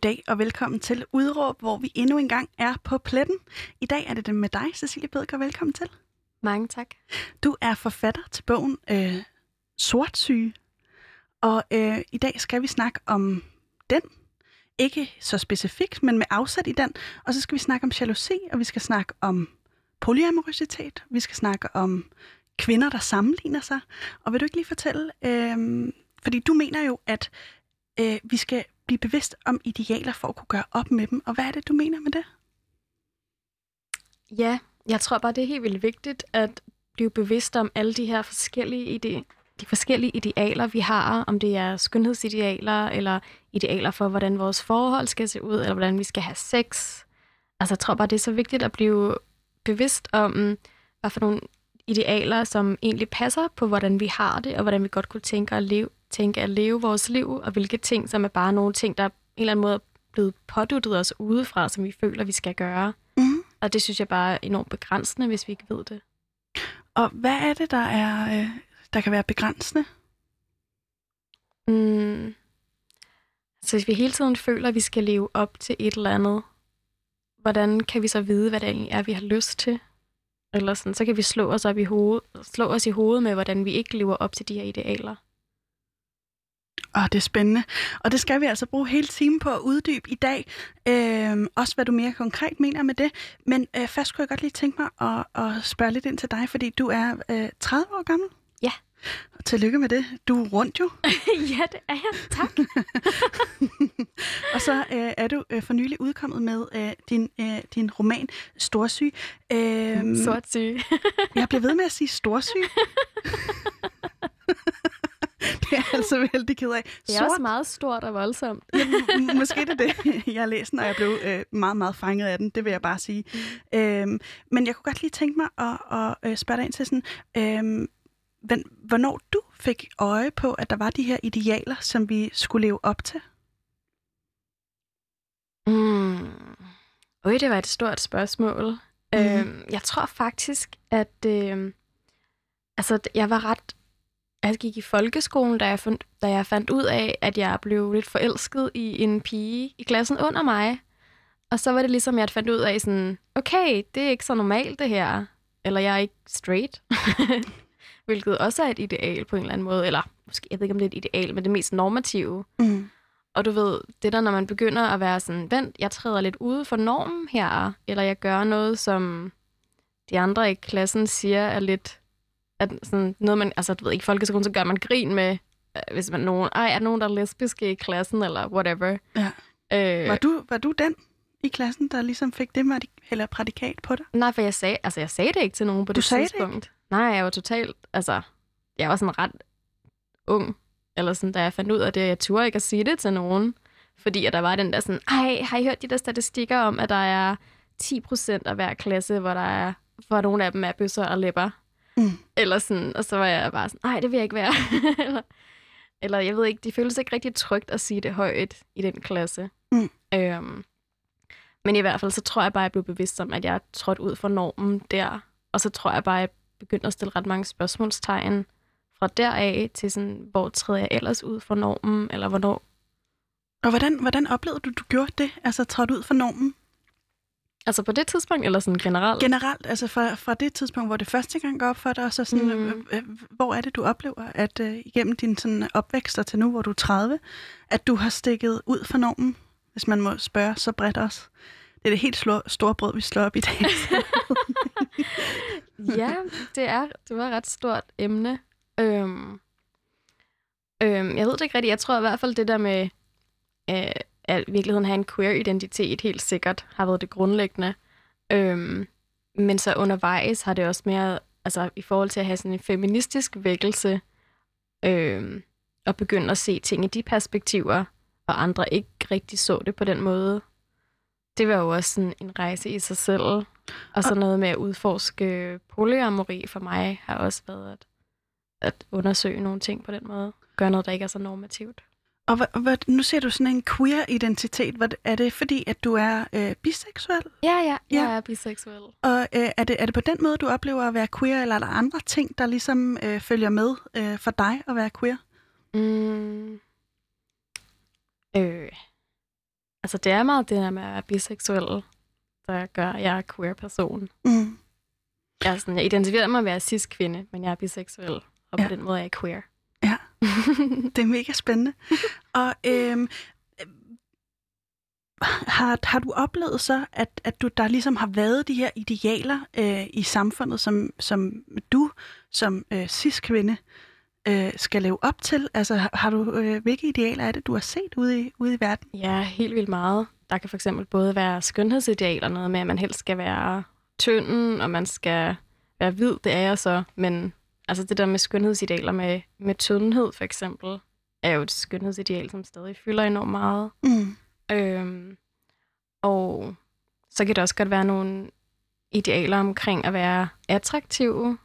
Goddag og velkommen til Udråb, hvor vi endnu en gang er på pletten. I dag er det med dig, Cecilie Bødker. Velkommen til. Mange tak. Du er forfatter til bogen Sortsyge, og i dag skal vi snakke om den. Ikke så specifikt, men med afsæt i den. Og så skal vi snakke om jalousi, og vi skal snakke om polyamorøsitet. Vi skal snakke om kvinder, der sammenligner sig. Og vil du ikke lige fortælle, fordi du mener jo, at vi skal blive bevidst om idealer for at kunne gøre op med dem. Og hvad er det, du mener med det? Ja, jeg tror bare, det er helt vildt vigtigt at blive bevidst om alle de her forskellige idealer, vi har. Om det er skønhedsidealer, eller idealer for, hvordan vores forhold skal se ud, eller hvordan vi skal have sex. Altså, jeg tror bare, det er så vigtigt at blive bevidst om, hvad for nogle idealer, som egentlig passer på, hvordan vi har det, og hvordan vi godt kunne tænke at leve vores liv, og hvilke ting, som er bare nogle ting, der på en eller anden måde er blevet påduttet os udefra, som vi føler, vi skal gøre. Mm. Og det synes jeg bare er enormt begrænsende, hvis vi ikke ved det. Og hvad er det, der kan være begrænsende? Så hvis vi hele tiden føler, at vi skal leve op til et eller andet, hvordan kan vi så vide, hvad det egentlig er, vi har lyst til? Eller sådan, så kan vi slå os i hovedet med, hvordan vi ikke lever op til de her idealer. Det er spændende. Og det skal vi altså bruge hele timen på at uddybe i dag. Også hvad du mere konkret mener med det. Men først kunne jeg godt lige tænke mig at spørge lidt ind til dig, fordi du er 30 år gammel. Ja. Og tillykke med det. Du er rundt jo. Ja, det er jeg. Tak. Og så er du for nylig udkommet med din roman Storsyge. Sortsyge. Jeg bliver ved med at sige storsyge. Det er jeg altså vældig ked af. Det er også meget stort og voldsomt. Måske det er det, jeg læste, og jeg blev meget, meget fanget af den. Det vil jeg bare sige. Men jeg kunne godt lige tænke mig at spørge dig ind til sådan, hvornår du fik øje på, at der var de her idealer, som vi skulle leve op til? Det var et stort spørgsmål. Jeg tror faktisk, at jeg gik i folkeskolen, da jeg fandt ud af, at jeg blev lidt forelsket i en pige i klassen under mig. Og så var det ligesom, jeg fandt ud af sådan, okay, det er ikke så normalt det her. Eller jeg er ikke straight. Hvilket også er et ideal på en eller anden måde. Eller måske, jeg ved ikke, om det er et ideal, men det mest normative. Mm. Og du ved, det der, når man begynder at være sådan, vent, jeg træder lidt ude for normen her. Eller jeg gør noget, som de andre i klassen siger er lidt... At sådan noget, man, altså du ved ikke, i folkeskolen, så gør man grin med, hvis man er nogen, der er lesbiske i klassen, eller whatever. Ja. Var du den i klassen, der ligesom fik det eller prædikat på dig? Nej, for jeg sagde det ikke til nogen på det tidspunkt. Nej, jeg var totalt, jeg var sådan ret ung, eller sådan, da jeg fandt ud af det, jeg turde ikke at sige det til nogen, fordi at der var den der sådan, har I hørt de der statistikker om, at der er 10% af hver klasse, hvor nogle af dem er bøsser og læpper? Mm. Eller sådan, og så var jeg bare sådan, det vil jeg ikke være. eller jeg ved ikke, det føles ikke rigtig trygt at sige det højt i den klasse. Mm. Men i hvert fald, så tror jeg bare, jeg blev bevidst om, at jeg trådte ud for normen der. Og så tror jeg bare, jeg begyndte at stille ret mange spørgsmålstegn fra deraf til sådan, hvor træder jeg ellers ud for normen, eller hvornår. Og hvordan oplevede du gjorde det, altså trådte ud for normen? Altså på det tidspunkt, eller sådan generelt? Generelt, altså fra det tidspunkt, hvor det første gang går op for dig, og så sådan, hvor er det, du oplever, at igennem din sådan opvækst og til nu, hvor du er 30, at du har stikket ud for normen, hvis man må spørge så bredt også. Det er det helt store brød, vi slår op i dag. Ja, det var et ret stort emne. Jeg ved det ikke rigtigt. Jeg tror i hvert fald, det der med... at i virkeligheden have en queer-identitet helt sikkert har været det grundlæggende. Men så undervejs har det også mere, altså i forhold til at have sådan en feministisk vækkelse, og begynde at se ting i de perspektiver, og andre ikke rigtig så det på den måde. Det var jo også sådan en rejse i sig selv. Og så noget med at udforske polyamori for mig har også været at undersøge nogle ting på den måde. Gøre noget, der ikke er så normativt. Og nu ser du sådan en queer-identitet. Er det fordi, at du er biseksuel? Ja, jeg er biseksuel. Og er det på den måde, du oplever at være queer, eller er der andre ting, der ligesom følger med for dig at være queer? Altså, det er meget det der med at være biseksuel, der gør, at jeg er queer-person. Jeg identificerer mig at være cis-kvinde, men jeg er biseksuel, og på den måde er jeg queer. Ja, det er mega spændende. Og har du oplevet så, at der ligesom har været de her idealer i samfundet, som du som cis-kvinde skal leve op til? Altså, har du hvilke idealer er det, du har set ude i verden? Ja, helt vildt meget. Der kan for eksempel både være skønhedsidealer, noget med, at man helst skal være tynden, og man skal være hvid, det er jeg så, men altså det der med skønhedsidealer med tyndhed for eksempel, er jo et skønhedsideal, som stadig fylder enormt meget. Og så kan det også godt være nogle idealer omkring at være attraktive,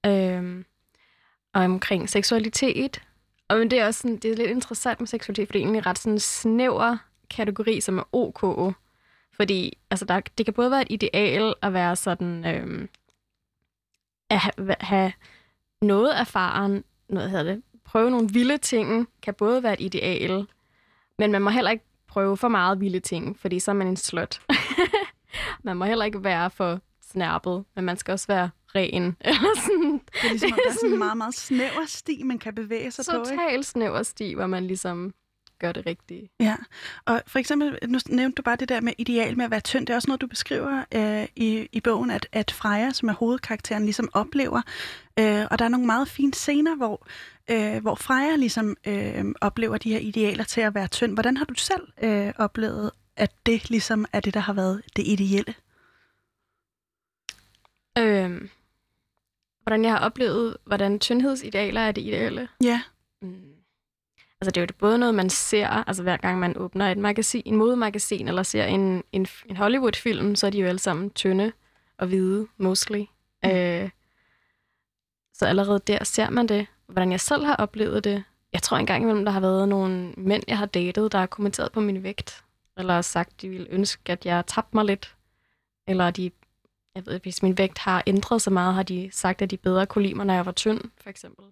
og omkring seksualitet. Og det er også sådan, det er lidt interessant med seksualitet, for det er egentlig ret sådan en snæver kategori, som er OK. Fordi altså det kan både være et ideal at være sådan, at have noget erfaren, prøve nogle vilde ting, kan både være et ideal, men man må heller ikke prøve for meget vilde ting, fordi så er man en slut. Man må heller ikke være for snærpet, men man skal også være ren. Eller sådan. Det er ligesom, at der er sådan en meget, meget snæver sti, man kan bevæge sig på, ikke? Totalt snæver sti, hvor man ligesom gør det rigtige. Ja, og for eksempel, nu nævnte du bare det der med ideal med at være tynd. Det er også noget, du beskriver i bogen, at Freja, som er hovedkarakteren, ligesom oplever. Og der er nogle meget fine scener, hvor Freja ligesom oplever de her idealer til at være tynd. Hvordan har du selv oplevet, at det ligesom er det, der har været det ideelle? Hvordan jeg har oplevet, hvordan tyndhedsidealer er det ideelle? Ja. Altså det er jo både noget, man ser, altså hver gang man åbner et magasin, en modemagasin, eller ser en Hollywood-film, så er de jo alle sammen tynde og hvide, mostly. Så allerede der ser man det. Hvordan jeg selv har oplevet det. Jeg tror engang imellem, der har været nogle mænd, jeg har datet, der har kommenteret på min vægt. Eller har sagt, de ville ønske, at jeg tabte mig lidt. Eller jeg ved, hvis min vægt har ændret så meget, har de sagt, at de bedre kunne lide mig, når jeg var tynd, for eksempel.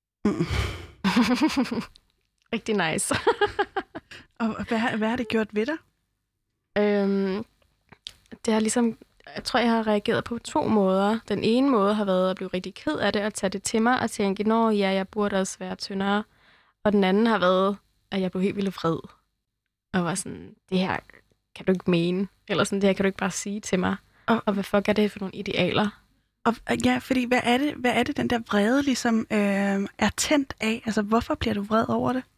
Rigtig nice. Og hvad har det gjort ved dig? Det har ligesom, jeg tror, jeg har reageret på 2 måder. Den ene måde har været at blive rigtig ked af det, og tage det til mig, og tænke, nå ja, jeg burde også være tyndere. Og den anden har været, at jeg blev helt vildt vred. Og var sådan, det her kan du ikke mene. Eller sådan, det her kan du ikke bare sige til mig. Og hvad fuck er det for nogle idealer? Og ja, fordi hvad er det den der vrede ligesom er tændt af? Altså, hvorfor bliver du vred over det?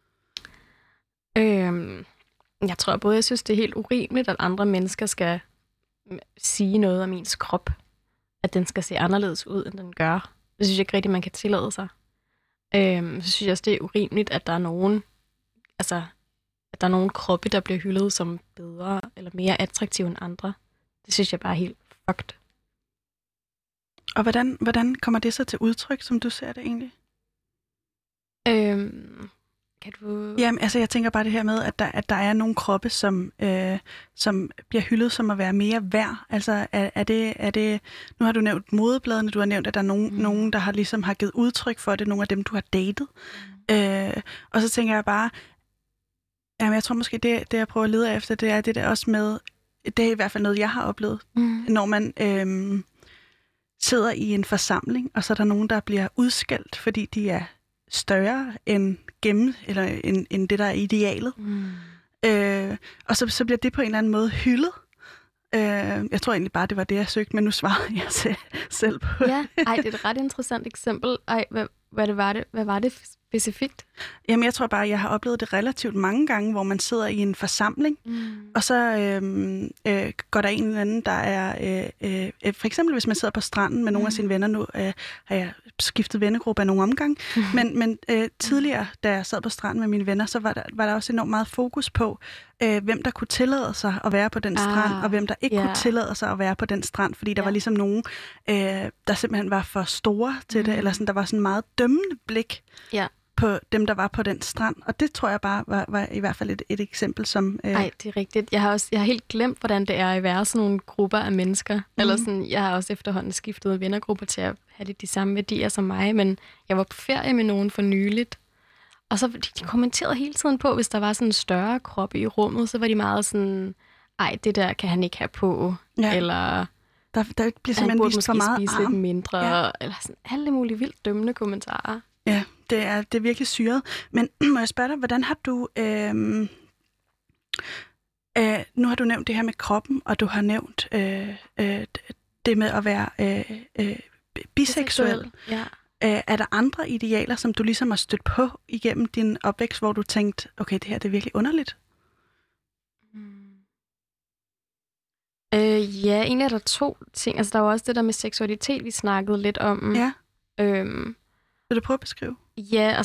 Jeg tror både, jeg synes, det er helt urimeligt, at andre mennesker skal sige noget om ens krop. At den skal se anderledes ud, end den gør. Det synes jeg ikke rigtigt, man kan tillade sig. Så synes jeg også, det er urimeligt, at der er nogen, altså, at der er nogen kroppe, der bliver hyldet som bedre eller mere attraktive end andre. Det synes jeg bare er helt fucked. Og hvordan kommer det så til udtryk, som du ser det egentlig? Kan du... Jamen, altså jeg tænker bare det her med, at der er nogle kroppe, som bliver hyldet som at være mere værd. Altså er det nu har du nævnt modebladene, du har nævnt, at der er nogen, der har ligesom har givet udtryk for det, nogle af dem, du har datet. Og så tænker jeg bare, jamen jeg tror måske, det jeg prøver at lede efter, det er det der også med, det er i hvert fald noget, jeg har oplevet, når man sidder i en forsamling, og så er der nogen, der bliver udskældt, fordi de er større end end det, der er idealet. Og så bliver det på en eller anden måde hyldet. Jeg tror egentlig bare, det var det, jeg søgte, men nu svarede jeg selv på. Ja, det er et ret interessant eksempel. Hvad var det specifikt? Jamen, jeg tror bare, jeg har oplevet det relativt mange gange, hvor man sidder i en forsamling, og så går der en eller anden, der er... for eksempel, hvis man sidder på stranden med nogle af sine venner. Nu har jeg skiftet vennegruppe af nogle omgang, men tidligere, da jeg sad på stranden med mine venner, så var der også enormt meget fokus på, hvem der kunne tillade sig at være på den strand, og hvem der ikke kunne tillade sig at være på den strand, fordi der var ligesom nogen, der simpelthen var for store til det, eller sådan, der var sådan meget dømmende blik på dem, der var på den strand. Og det tror jeg bare var i hvert fald et eksempel, som... Nej, det er rigtigt. Jeg har helt glemt, hvordan det er at være sådan nogle grupper af mennesker. Eller sådan, jeg har også efterhånden skiftet vennergrupper til at have de samme værdier som mig, men jeg var på ferie med nogen for nyligt, Og så de kommenterede hele tiden på, hvis der var sådan en større krop i rummet, så var de meget sådan, ej, det der kan han ikke have på. Ja. Eller der bliver simpelthen vist for meget spise arm. Lidt mindre. Eller sådan alle mulige vildt dømmende kommentarer. Ja, det er virkelig syret. Men må jeg spørge dig, hvordan har du... nu har du nævnt det her med kroppen, og du har nævnt det med at være biseksuel. Ja. Er der andre idealer, som du ligesom har stødt på igennem din opvækst, hvor du tænkte, okay, det her det er virkelig underligt? Ja, egentlig er der 2 ting. Altså, der var også det der med seksualitet, vi snakkede lidt om. Ja. Vil du prøve at beskrive? Ja,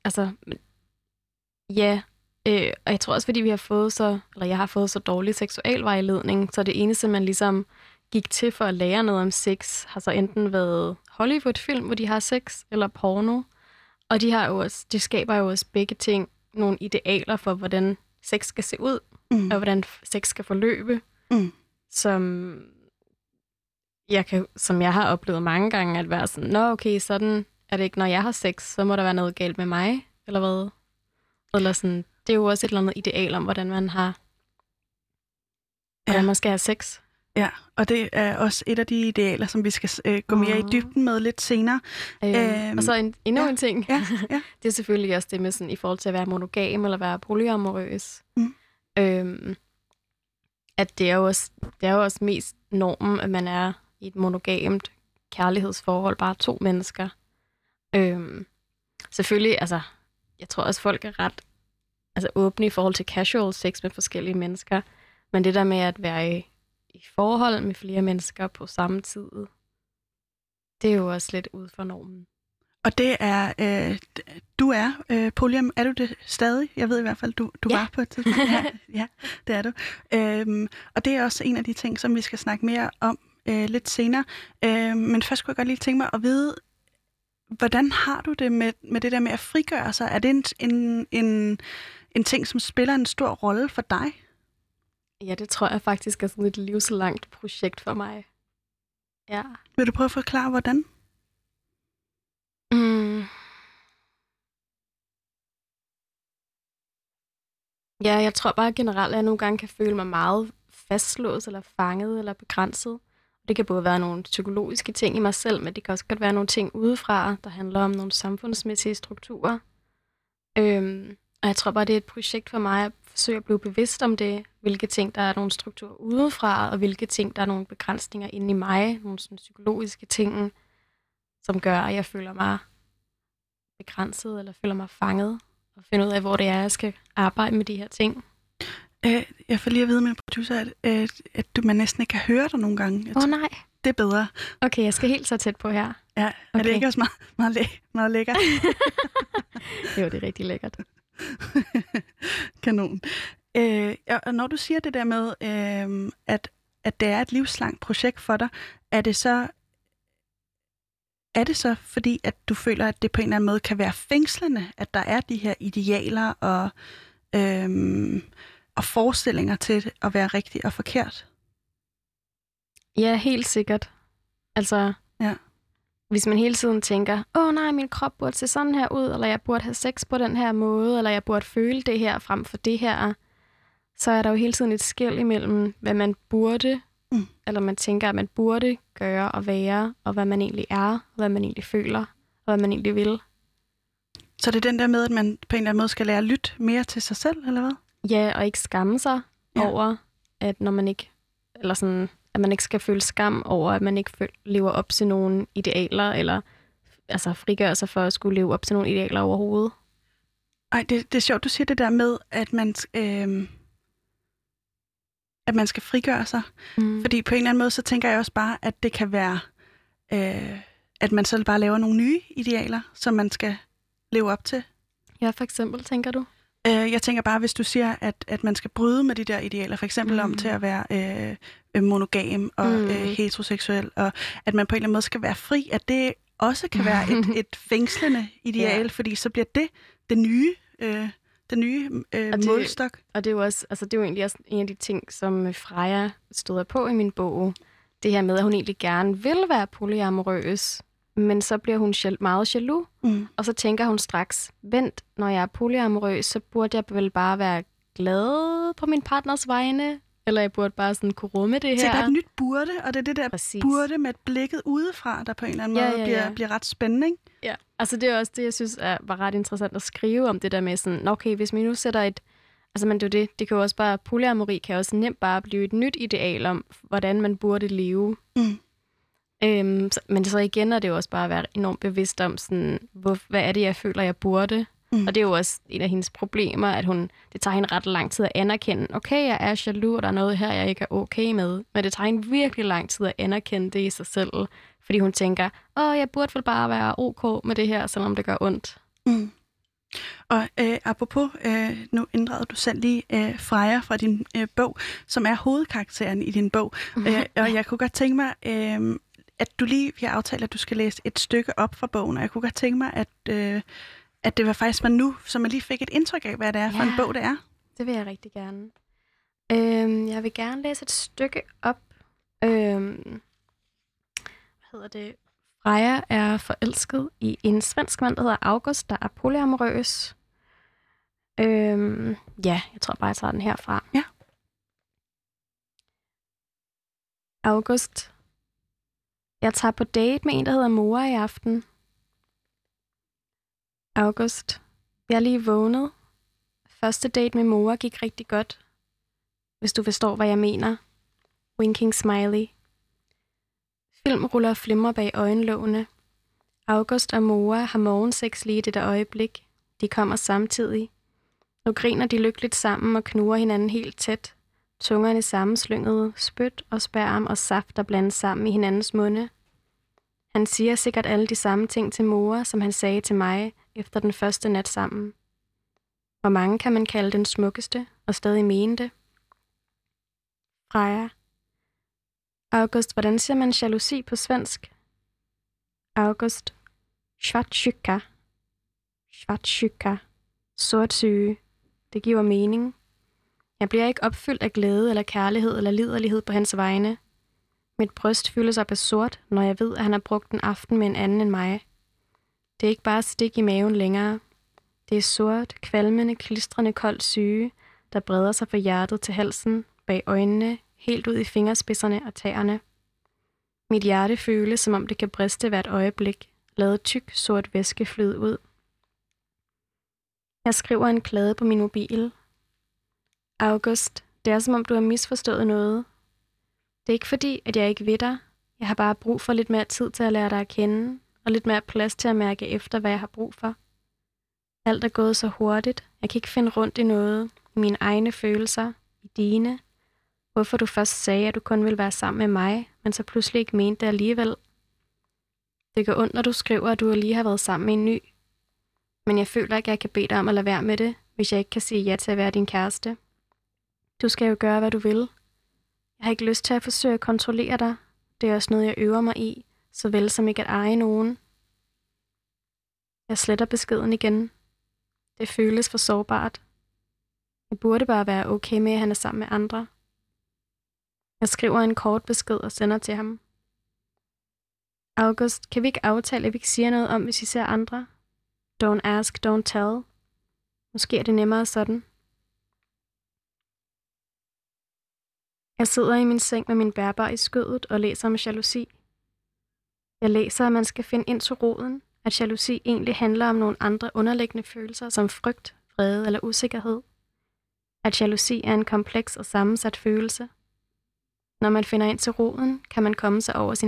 ja. Og jeg tror også, fordi jeg har fået så dårlig seksualvejledning, så det eneste, man ligesom gik til for at lære noget om sex, har så enten været Hollywood-film, hvor de har sex, eller porno. Og de skaber jo også begge ting nogle idealer for, hvordan sex skal se ud, og hvordan sex skal forløbe, som jeg har oplevet mange gange, at være sådan, nå okay, sådan er det ikke, når jeg har sex, så må der være noget galt med mig, eller hvad? Eller sådan, det er jo også et eller andet ideal om, hvordan man skal have sex. Ja, og det er også et af de idealer, som vi skal gå mere i dybden med lidt senere. Og så endnu en ting. Ja. Det er selvfølgelig også det med sådan, i forhold til at være monogam eller være polyamorøs. At det er jo også mest normen, at man er i et monogamt kærlighedsforhold, bare 2 mennesker. Selvfølgelig, altså, jeg tror også, folk er ret åbne i forhold til casual sex med forskellige mennesker. Men det der med at være i forhold med flere mennesker på samme tid, det er jo også lidt ude for normen. Og det er, du er polyam, er du det stadig? Jeg ved i hvert fald, du var på et tidspunkt. Ja, det er du. Og det er også en af de ting, som vi skal snakke mere om lidt senere. Men først kunne jeg godt lige tænke mig at vide, hvordan har du det med det der med at frigøre sig? Er det en ting, som spiller en stor rolle for dig? Ja, det tror jeg faktisk er sådan et livslangt projekt for mig. Ja. Vil du prøve at forklare, hvordan? Ja, jeg tror bare generelt, at jeg nogle gange kan føle mig meget fastlåst, eller fanget, eller begrænset. Det kan både være nogle psykologiske ting i mig selv, men det kan også godt være nogle ting udefra, der handler om nogle samfundsmæssige strukturer. Og jeg tror bare, det er et projekt for mig at forsøge at blive bevidst om det, hvilke ting, der er nogle strukturer udefra, og hvilke ting, der er nogle begrænsninger inde i mig, nogle sådan psykologiske ting, som gør, at jeg føler mig begrænset, eller føler mig fanget, og finde ud af, hvor det er, jeg skal arbejde med de her ting. Jeg får lige at vide med producer, at man næsten ikke kan høre dig nogle gange. Nej. Det er bedre. Okay, jeg skal helt så tæt på her. Ja, okay. Er det ikke også meget lækkert? Jo, det er rigtig lækkert. Kanon. Og når du siger det der med, at det er et livslangt projekt for dig, er det så fordi, at du føler, at det på en eller anden måde kan være fængslende, at der er de her idealer og forestillinger til at være rigtig og forkert? Ja, helt sikkert. Altså, ja. Hvis man hele tiden tænker, nej, min krop burde se sådan her ud, eller jeg burde have sex på den her måde, eller jeg burde føle det her frem for det her, så er der jo hele tiden et skel imellem, hvad man burde, eller man tænker, at man burde gøre og være, og hvad man egentlig er, og hvad man egentlig føler, og hvad man egentlig vil. Så det er den der med, at man på en eller anden måde skal lære at lytte mere til sig selv, eller hvad? Ja, og ikke skamme sig over, at når man ikke, eller sådan, at man ikke skal føle skam over, at man ikke lever op til nogle idealer, eller altså frigør sig for at skulle leve op til nogle idealer overhovedet. Ej, det er sjovt, du siger det der med, at man skal frigøre sig. Fordi på en eller anden måde, så tænker jeg også bare, at det kan være, at man selv bare laver nogle nye idealer, som man skal leve op til. Ja, for eksempel, tænker du? Jeg tænker bare, hvis du siger, at man skal bryde med de der idealer, for eksempel om til at være monogam og heteroseksuel, og at man på en eller anden måde skal være fri, at det også kan være et fængslende ideal, fordi så bliver det nye, målstok. Og det er jo også, altså det er jo egentlig også en af de ting, som Freja støder på i min bog, det her med, at hun egentlig gerne vil være polyamorøs, men så bliver hun meget jaloux, og så tænker hun straks, vent, når jeg er polyamorøs, så burde jeg vel bare være glad på min partners vegne, eller jeg burde bare sådan kunne rumme det her. Så der er et nyt burde, og det er det der Præcis. burde med blikket udefra, der på en eller anden måde bliver ret spændende, ikke? Ja, altså det er også det, jeg synes var ret interessant at skrive om det der med sådan, okay, hvis man nu sætter et, altså men det er det kan jo også bare, polyamori kan også nemt bare blive et nyt ideal om, hvordan man burde leve. Men så igen er det jo også bare at være enormt bevidst om, sådan, hvad er det, jeg føler, jeg burde. Og det er jo også en af hendes problemer, at det tager hende ret lang tid at anerkende, okay, jeg er jaloux, og der er noget her, jeg ikke er okay med. Men det tager hende virkelig lang tid at anerkende det i sig selv, fordi hun tænker, jeg burde vel bare være ok med det her, selvom det gør ondt. Og apropos, nu inddragede du selv lige Freja fra din bog, som er hovedkarakteren i din bog. Og jeg kunne godt tænke mig, at du lige har aftalt, at du skal læse et stykke op fra bogen, og jeg kunne godt tænke mig, at det faktisk var nu, så man lige fik et indtryk af, hvad det er for en bog, det er. Det vil jeg rigtig gerne. Jeg vil gerne læse et stykke op. Freja er forelsket i en svensk mand, der hedder August, der er polyamorøs. Jeg tror bare, jeg tager den herfra. Ja. August. Jeg tager på date med en, der hedder Moa i aften. August. Jeg er lige vågnet. Første date med Moa gik rigtig godt. Hvis du forstår, hvad jeg mener. Winking smiley. Film ruller og flimrer bag øjenlågene. August og Moa har morgensex lige i det der øjeblik. De kommer samtidig. Nu griner de lykkeligt sammen og knurrer hinanden helt tæt. Tungerne sammenslyngede, spyt og sperm og saft, der blandes sammen i hinandens munde. Han siger sikkert alle de samme ting til Moa, som han sagde til mig efter den første nat sammen. Hvor mange kan man kalde den smukkeste og stadig mene det? Freja. August, hvordan siger man jalousi på svensk? August. Svartsjuka. Svartsjuka. Sortsyge. Det giver mening. Jeg bliver ikke opfyldt af glæde eller kærlighed eller liderlighed på hans vegne. Mit bryst fyldes op af sort, når jeg ved, at han har brugt en aften med en anden end mig. Det er ikke bare stik i maven længere. Det er sort, kvalmende, klistrende, koldt syge, der breder sig fra hjertet til halsen, bag øjnene, helt ud i fingerspidserne og tæerne. Mit hjerte føles, som om det kan briste hvert øjeblik, lade tyk, sort væske flyde ud. Jeg skriver en klade på min mobil. August, det er som om du har misforstået noget. Det er ikke fordi, at jeg ikke ved dig. Jeg har bare brug for lidt mere tid til at lære dig at kende, og lidt mere plads til at mærke efter, hvad jeg har brug for. Alt er gået så hurtigt. Jeg kan ikke finde rundt i noget, i mine egne følelser, i dine. Hvorfor du først sagde, at du kun ville være sammen med mig, men så pludselig ikke mente det alligevel. Det går ondt, når du skriver, at du lige har været sammen med en ny. Men jeg føler ikke, at jeg kan bede dig om at lade være med det, hvis jeg ikke kan sige ja til at være din kæreste. Du skal jo gøre, hvad du vil. Jeg har ikke lyst til at forsøge at kontrollere dig. Det er også noget, jeg øver mig i, såvel som ikke at eje nogen. Jeg sletter beskeden igen. Det føles for sårbart. Jeg burde bare være okay med, at han er sammen med andre. Jeg skriver en kort besked og sender til ham. August, kan vi ikke aftale, at vi ikke siger noget om, hvis I ser andre? Don't ask, don't tell. Måske er det nemmere sådan. Jeg sidder i min seng med min bærbar i skødet og læser om jalousi. Jeg læser, at man skal finde ind til roden, at jalousi egentlig handler om nogle andre underliggende følelser som frygt, vrede eller usikkerhed. At jalousi er en kompleks og sammensat følelse. Når man finder ind til roden, kan man komme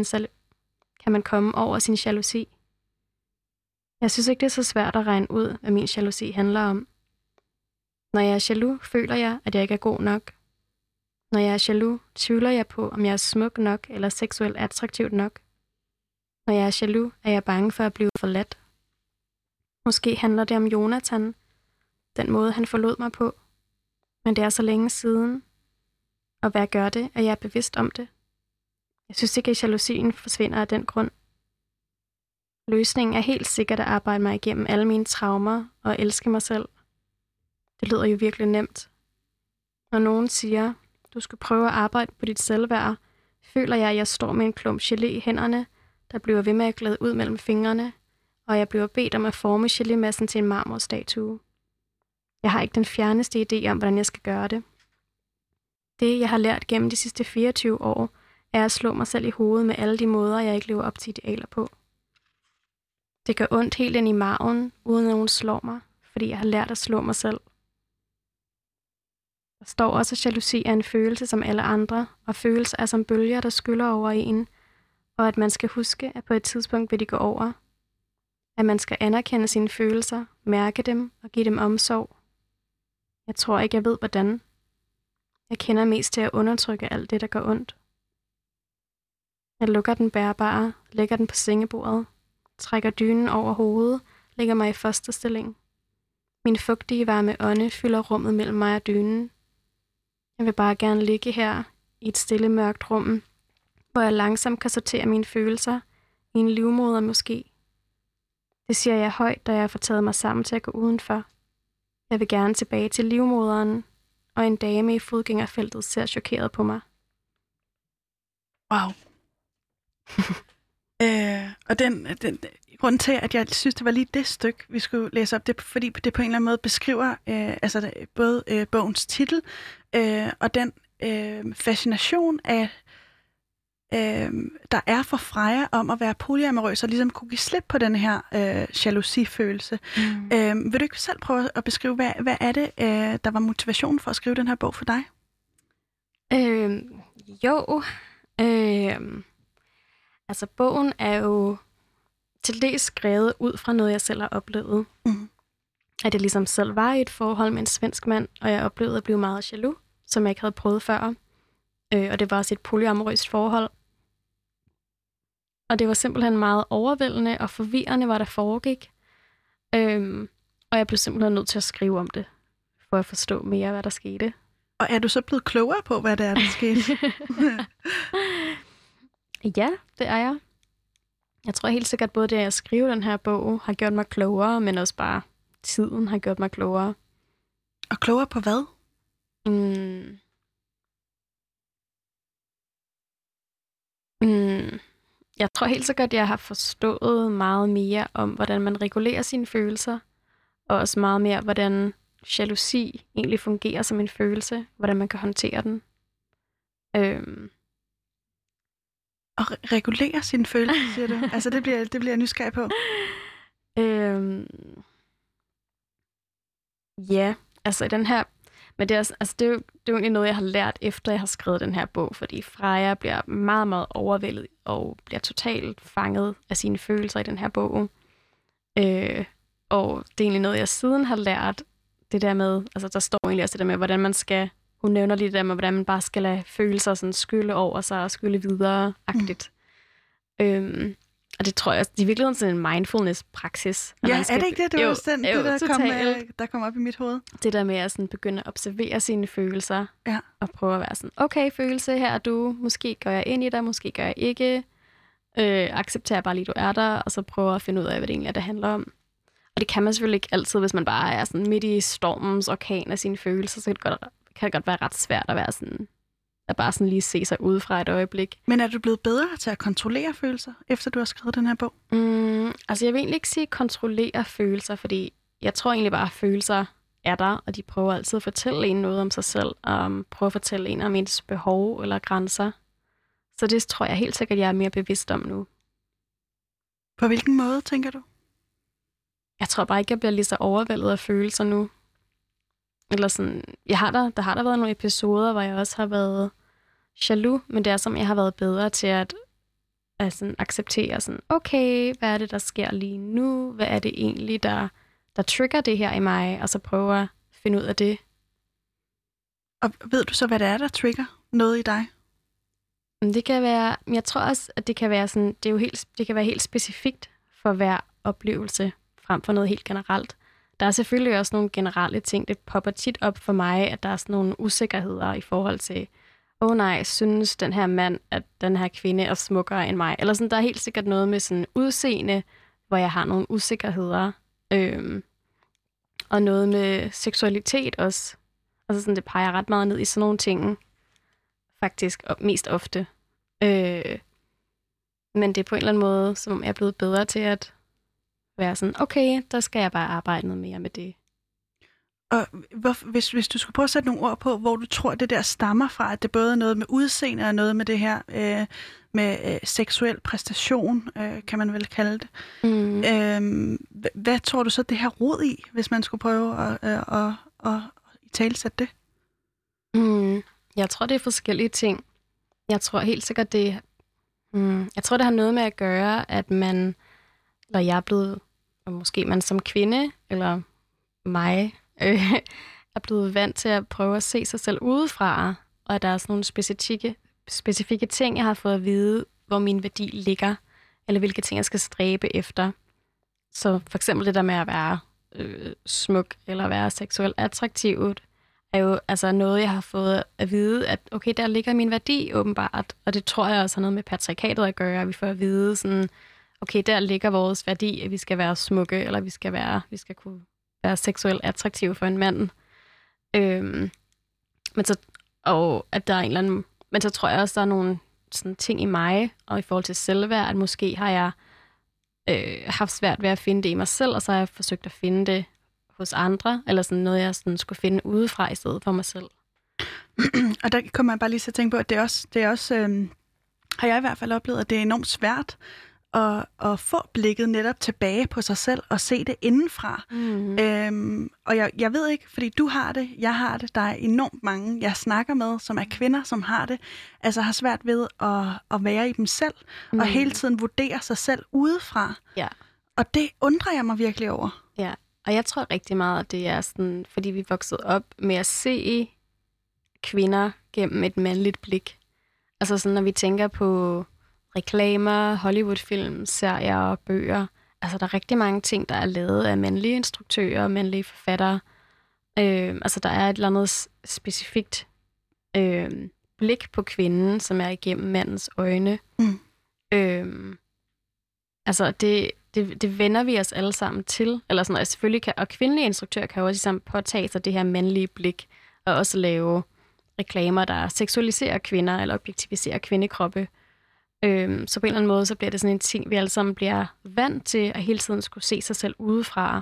over sin jalousi. Jeg synes ikke, det er så svært at regne ud, hvad min jalousi handler om. Når jeg er jaloux, føler jeg, at jeg ikke er god nok. Når jeg er jaloux, tvivler jeg på, om jeg er smuk nok eller seksuelt attraktivt nok. Når jeg er jaloux, er jeg bange for at blive forladt. Måske handler det om Jonathan, den måde han forlod mig på. Men det er så længe siden. Og hvad gør det, at jeg er bevidst om det? Jeg synes ikke, at jalousien forsvinder af den grund. Løsningen er helt sikkert at arbejde mig igennem alle mine traumer og elske mig selv. Det lyder jo virkelig nemt. Når nogen siger, du skal prøve at arbejde på dit selvværd, føler jeg, at jeg står med en klump gelé i hænderne, der bliver ved med at glæde ud mellem fingrene, og jeg bliver bedt om at forme gelémassen til en marmorstatue. Jeg har ikke den fjerneste idé om, hvordan jeg skal gøre det. Det, jeg har lært gennem de sidste 24 år, er at slå mig selv i hovedet med alle de måder, jeg ikke lever op til idealer på. Det gør ondt helt ind i maven, uden at nogen slår mig, fordi jeg har lært at slå mig selv. Der står også, at jalousi er en følelse som alle andre, og følelser er som bølger, der skyller over en, og at man skal huske, at på et tidspunkt vil de gå over. At man skal anerkende sine følelser, mærke dem og give dem omsorg. Jeg tror ikke, jeg ved hvordan. Jeg kender mest til at undertrykke alt det, der gør ondt. Jeg lukker den bærbare, lægger den på sengebordet, trækker dynen over hovedet, lægger mig i fosterstilling. Min fugtige varme ånde fylder rummet mellem mig og dynen. Jeg vil bare gerne ligge her, i et stille mørkt rum, hvor jeg langsomt kan sortere mine følelser, i en livmoder måske. Det siger jeg højt, da jeg får taget mig sammen til at gå udenfor. Jeg vil gerne tilbage til livmoderen, og en dame i fodgængerfeltet ser chokeret på mig. Wow. Og den grund til, at jeg synes, det var lige det stykke, vi skulle læse op, det er, fordi det på en eller anden måde beskriver både bogens titel og den fascination af der er for Freja om at være polyamorøs og ligesom kunne give slip på den her jalousifølelse. Vil du ikke selv prøve at beskrive, hvad er det, der var motivationen for at skrive den her bog for dig? Altså, bogen er jo til dels skrevet ud fra noget, jeg selv har oplevet. At jeg ligesom selv var i et forhold med en svensk mand, og jeg oplevede at blive meget jaloux, som jeg ikke havde prøvet før. Og det var også et polyamorøst forhold. Og det var simpelthen meget overvældende og forvirrende, hvad der foregik. Og jeg blev simpelthen nødt til at skrive om det, for at forstå mere, hvad der skete. Og er du så blevet klogere på, hvad det er, der skete? Ja, det er jeg. Jeg tror helt sikkert, både det, at jeg skriver den her bog, har gjort mig klogere, men også bare tiden har gjort mig klogere. Og klogere på hvad? Jeg tror helt sikkert, at jeg har forstået meget mere om, hvordan man regulerer sine følelser, og også meget mere, hvordan jalousi egentlig fungerer som en følelse, hvordan man kan håndtere den. Og regulere sine følelser, siger du? Altså, det bliver jeg nysgerrig på. Ja, altså i den her... Men det er jo egentlig noget, jeg har lært, efter jeg har skrevet den her bog, fordi Freja bliver meget, meget overvældet og bliver totalt fanget af sine følelser i den her bog. Og det er egentlig noget, jeg siden har lært, det der med, altså der står egentlig også det der med, hvordan man skal, hun nævner lige det der med, hvordan man bare skal lade følelser sådan skylle over sig og skylle videre-agtigt. Og det tror jeg, det er virkelig sådan en mindfulness-praksis. Ja, er det ikke det? Det var sådan det, der kom op i mit hoved. Det der med at sådan begynde at observere sine følelser, og prøve at være sådan, okay, følelse, her er du, måske gør jeg ind i dig, måske gør jeg ikke. Accepterer bare lige, du er der, og så prøver at finde ud af, hvad det egentlig er, det handler om. Og det kan man selvfølgelig ikke altid, hvis man bare er sådan midt i stormens orkan af sine følelser, så kan det godt være ret svært at være sådan, at bare sådan lige se sig udefra et øjeblik. Men er du blevet bedre til at kontrollere følelser, efter du har skrevet den her bog? Altså jeg vil egentlig ikke sige kontrollere følelser, fordi jeg tror egentlig bare, at følelser er der, og de prøver altid at fortælle en noget om sig selv, og prøver at fortælle en om ens behov eller grænser. Så det tror jeg helt sikkert, at jeg er mere bevidst om nu. På hvilken måde, tænker du? Jeg tror bare ikke, jeg bliver lige så overvældet af følelser nu. Eller sådan, der har der været nogle episoder, hvor jeg også har været jaloux, men det er som, jeg har været bedre til at sådan, acceptere sådan, okay, hvad er det, der sker lige nu? Hvad er det egentlig, der trigger det her i mig? Og så prøve at finde ud af det. Og ved du så, hvad det er, der trigger noget i dig? Det kan være, jeg tror også, at det kan være sådan, det kan være helt specifikt for hver oplevelse, frem for noget helt generelt. Der er selvfølgelig også nogle generelle ting, det popper tit op for mig, at der er sådan nogle usikkerheder i forhold til, nej, synes den her mand, at den her kvinde er smukkere end mig? Eller sådan, der er helt sikkert noget med sådan udseende, hvor jeg har nogle usikkerheder. Og noget med seksualitet også. Altså sådan, det peger ret meget ned i sådan nogle ting, faktisk mest ofte. Men det er på en eller anden måde, som jeg er blevet bedre til at være sådan, okay, der skal jeg bare arbejde noget mere med det. Og hvis du skulle prøve at sætte nogle ord på, hvor du tror, det der stammer fra, at det både er noget med udseende og noget med det her med seksuel præstation, kan man vel kalde det. Hvad tror du så, det her rod i, hvis man skulle prøve at italesætte det? Jeg tror, det er forskellige ting. Jeg tror helt sikkert, det har noget med at gøre, at man, eller jeg er blevet, og måske man som kvinde, eller mig, er blevet vant til at prøve at se sig selv udefra, og at der er sådan nogle specifikke ting, jeg har fået at vide, hvor min værdi ligger, eller hvilke ting, jeg skal stræbe efter. Så for eksempel det der med at være smuk, eller være seksuelt attraktivt, er jo altså noget, jeg har fået at vide, at okay, der ligger min værdi åbenbart, og det tror jeg også har noget med patriarkatet at gøre, at vi får at vide sådan, okay, der ligger vores værdi, at vi skal være smukke, eller vi skal kunne være seksuelt attraktive for en mand. Men så tror jeg også, der er nogle sådan ting i mig, og i forhold til selvværd, at måske har jeg haft svært ved at finde det i mig selv, og så har jeg forsøgt at finde det hos andre, eller sådan noget, jeg sådan skulle finde udefra i stedet for mig selv. Og der kommer jeg bare lige til at tænke på, at det er også har jeg i hvert fald oplevet, at det er enormt svært at få blikket netop tilbage på sig selv og se det indenfra. Og jeg ved ikke, fordi du har det, jeg har det, der er enormt mange, jeg snakker med, som er kvinder, som har det, altså har svært ved at være i dem selv, og hele tiden vurdere sig selv udefra. Ja. Og det undrer jeg mig virkelig over. Ja, og jeg tror rigtig meget, at det er sådan, fordi vi voksede op med at se kvinder gennem et mandligt blik. Altså sådan, når vi tænker på reklamer, Hollywood-film, serier og bøger. Altså, der er rigtig mange ting, der er lavet af mandlige instruktører og mandlige forfattere. Altså, der er et eller andet specifikt blik på kvinden, som er igennem mandens øjne. Altså, det vender vi os alle sammen til. Eller sådan, og selvfølgelig og kvindelige instruktører kan jo også ligesom påtage sig det her mandlige blik, og også lave reklamer, der seksualiserer kvinder, eller objektiviserer kvindekroppe. Så på en eller anden måde, så bliver det sådan en ting, vi alle sammen bliver vant til, at hele tiden skulle se sig selv udefra.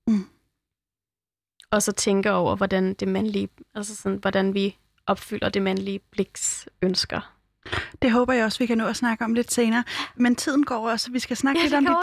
Og så tænke over, hvordan det mandlige, altså sådan, hvordan vi opfylder det mandlige bliks ønsker. Det håber jeg også, vi kan nå at snakke om lidt senere. Men tiden går også, så vi skal snakke lidt om det.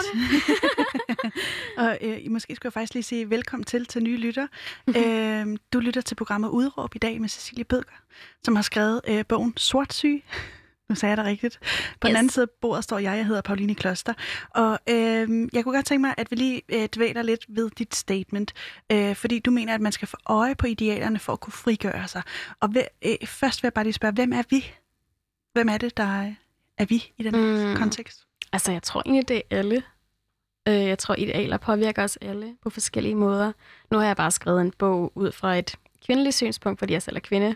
Og måske skulle jeg faktisk lige sige velkommen til nye lytter. Du lytter til programmet Udråb i dag med Cecilie Bødker, som har skrevet bogen Sortsyge. Nu sagde jeg det rigtigt. På den anden side af bordet står jeg hedder Pauline Kloster. Og jeg kunne godt tænke mig, at vi lige dvæler lidt ved dit statement. Fordi du mener, at man skal få øje på idealerne for at kunne frigøre sig. Og først vil jeg bare lige spørge, hvem er vi? Hvem er det, der er vi i den kontekst? Altså, jeg tror egentlig, det er alle. Jeg tror, idealer påvirker os alle på forskellige måder. Nu har jeg bare skrevet en bog ud fra et kvindeligt synspunkt, fordi jeg selv er kvinde.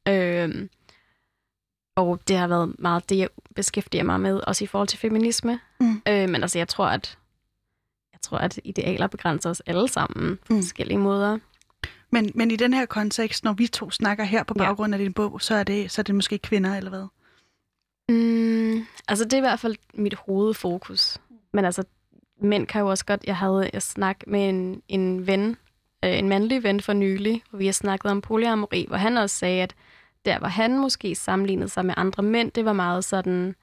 Og det har været meget det, jeg beskæftiger mig med, også i forhold til feminisme. Men altså, jeg tror, at idealer begrænser os alle sammen på forskellige måder. Men i den her kontekst, når vi to snakker her på baggrund af din bog, så er det måske kvinder, eller hvad? Altså, det er i hvert fald mit hovedfokus. Men altså, mænd kan jo også godt... Jeg snakket med en ven, en mandlig ven for nylig, hvor vi har snakket om polyamori, hvor han også sagde, at der, hvor han måske sammenlignede sig med andre mænd, det var meget sådan,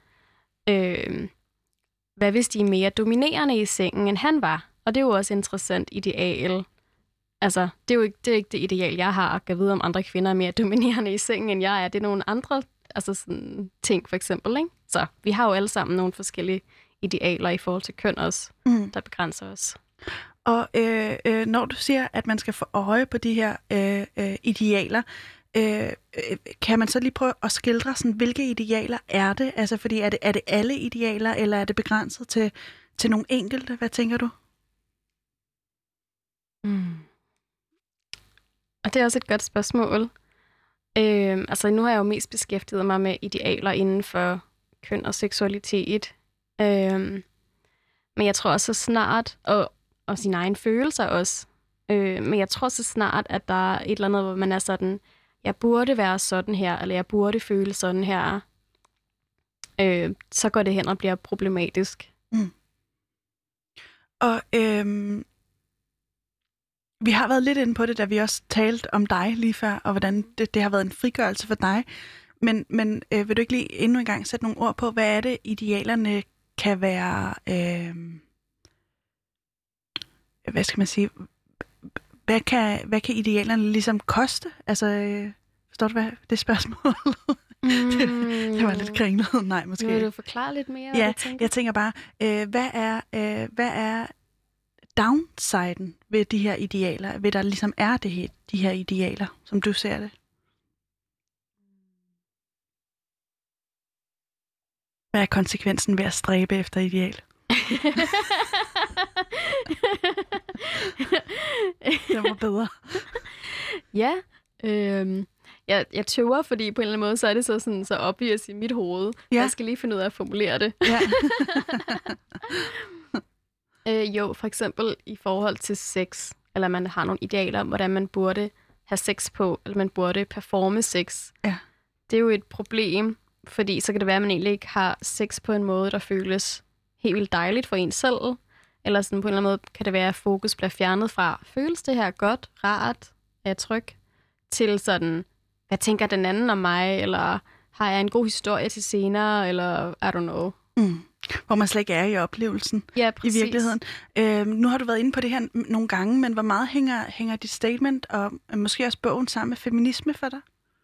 hvad hvis de er mere dominerende i sengen, end han var? Og det er jo også interessant ideal. Altså, det er jo ikke det ideal, jeg har, at vide, om andre kvinder er mere dominerende i sengen, end jeg er. Det er nogle andre sådan, ting, for eksempel. Ikke? Så vi har jo alle sammen nogle forskellige idealer i forhold til køn også, der begrænser os. Og når du siger, at man skal få øje på de her idealer, kan man så lige prøve at skildre, sådan, hvilke idealer er det? Altså, fordi er det alle idealer, eller er det begrænset til nogle enkelte? Hvad tænker du? Og det er også et godt spørgsmål. Altså, nu har jeg jo mest beskæftiget mig med idealer inden for køn og seksualitet. Men jeg tror også så snart, og sine egne følelser også, men jeg tror så snart, at der er et eller andet, hvor man er sådan, jeg burde være sådan her, eller jeg burde føle sådan her, så går det hen og bliver problematisk. Og vi har været lidt inde på det, da vi også talte om dig lige før, og hvordan det har været en frigørelse for dig. Men vil du ikke lige endnu en gang sætte nogle ord på, hvad er det, idealerne kan være... hvad skal man sige? Hvad kan idealerne ligesom koste? Altså, forstår du, hvad det spørgsmål? Det var lidt kringlet. Nej, måske. Vil du forklare lidt mere, ja, hvad du tænker? Jeg tænker bare, hvad er downsiden ved de her idealer? Ved der ligesom er de her idealer, som du ser det? Hvad er konsekvensen ved at stræbe efter ideal? Det var bedre. Ja, jeg tøver, fordi på en eller anden måde, så er det så obvious i mit hoved. Ja. Jeg skal lige finde ud af at formulere det. Ja. Jo, for eksempel i forhold til sex, eller man har nogle idealer om, hvordan man burde have sex på, eller man burde performe sex. Ja. Det er jo et problem, fordi så kan det være, at man egentlig ikke har sex på en måde, der føles helt vildt dejligt for en selv, eller sådan på en eller anden måde kan det være, at fokus bliver fjernet fra, føles det her godt, rart, er jeg tryg, til sådan, hvad tænker den anden om mig, eller har jeg en god historie til senere, eller I don't know. Hvor man slet ikke er i oplevelsen, ja, i virkeligheden. Nu har du været inde på det her nogle gange, men hvor meget hænger dit statement og måske også bogen sammen med feminisme for dig?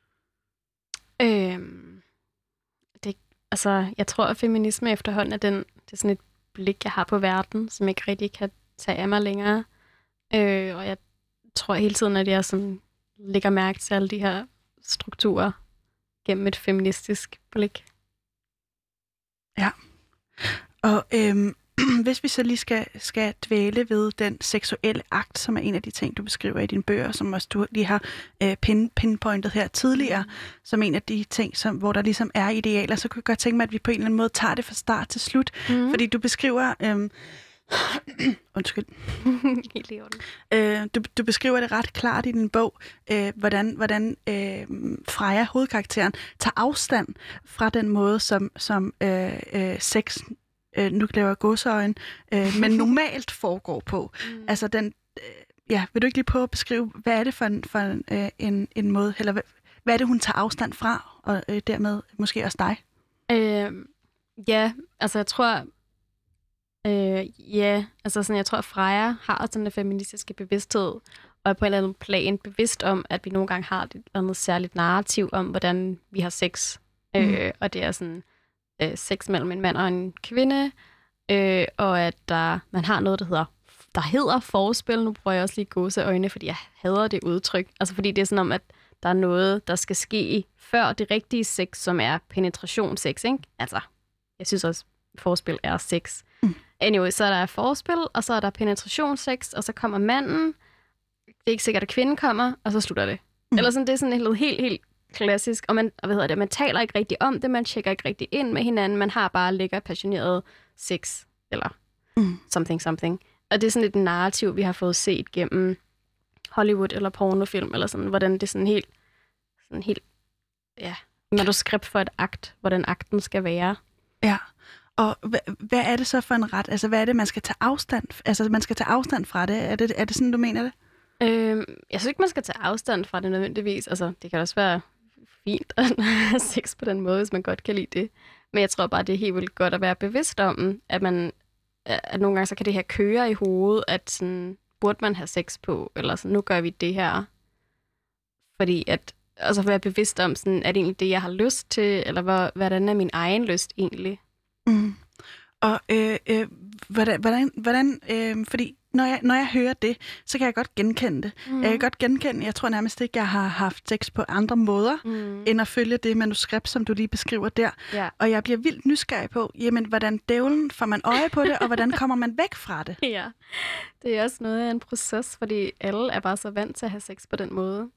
Jeg tror, at feminisme efterhånden det er sådan et blik, jeg har på verden, som ikke rigtig kan tage af mig længere. Og jeg tror hele tiden, at jeg sådan lægger mærke til alle de her strukturer gennem et feministisk blik. Ja. Og hvis vi så lige skal dvæle ved den seksuelle akt, som er en af de ting, du beskriver i dine bøger, som også du lige har pinpointet her tidligere, som en af de ting, hvor der ligesom er idealer, så kunne jeg godt tænke mig, at vi på en eller anden måde tager det fra start til slut. Fordi du beskriver... undskyld. Helt i orden. Du beskriver det ret klart i din bog, hvordan Freja, hovedkarakteren, tager afstand fra den måde, som sex, nu laver jeg gåseøjne, men normalt foregår på. Altså vil du ikke lige prøve at beskrive, hvad er det for en måde, eller hvad er det, hun tager afstand fra, og dermed måske også dig? Jeg tror... jeg tror, at Freja har sådan en feministisk bevidsthed, og er på en eller anden plan bevidst om, at vi nogle gange har et eller andet særligt narrativ om, hvordan vi har sex. Og det er sådan sex mellem en mand og en kvinde, og at man har noget, der hedder forspil. Nu bruger jeg også lige gåseøjne, fordi jeg hader det udtryk. Altså fordi det er sådan om, at der er noget, der skal ske før det rigtige sex, som er penetrationssex, ikke? Altså, jeg synes også, forspil er sex. Anyway, så er der forspil, og så er der penetrationssex, og så kommer manden. Det er ikke sikkert, at kvinden kommer, og så slutter det. Eller sådan, det er sådan helt klassisk, og man taler ikke rigtig om det, man tjekker ikke rigtig ind med hinanden, man har bare lækker passioneret sex, eller something. Og det er sådan et narrativ, vi har fået set gennem Hollywood eller pornofilm, eller sådan, hvordan det er sådan helt manuskript for et akt, hvordan akten skal være. Ja. Og hvad er det så for en ret? Altså, hvad er det, man skal tage afstand? Altså, man skal tage afstand fra det. Er det sådan, du mener det? Jeg synes ikke, man skal tage afstand fra det nødvendigvis. Altså, det kan også være fint at have sex på den måde, hvis man godt kan lide det. Men jeg tror bare, det er helt vildt godt at være bevidst om, at nogle gange så kan det her køre i hovedet, at sådan, burde man have sex på, eller sådan, nu gør vi det her. Fordi at altså være bevidst om, sådan, er det egentlig det, jeg har lyst til, eller hvordan er min egen lyst egentlig? Og hvordan fordi når jeg hører det, så kan jeg godt genkende det. Jeg kan godt genkende, jeg tror nærmest ikke, jeg har haft sex på andre måder, end at følge det manuskript, som du lige beskriver der. Ja. Og jeg bliver vildt nysgerrig på, jamen, hvordan dævlen får man øje på det, og hvordan kommer man væk fra det? Ja, det er også noget af en proces, fordi alle er bare så vant til at have sex på den måde.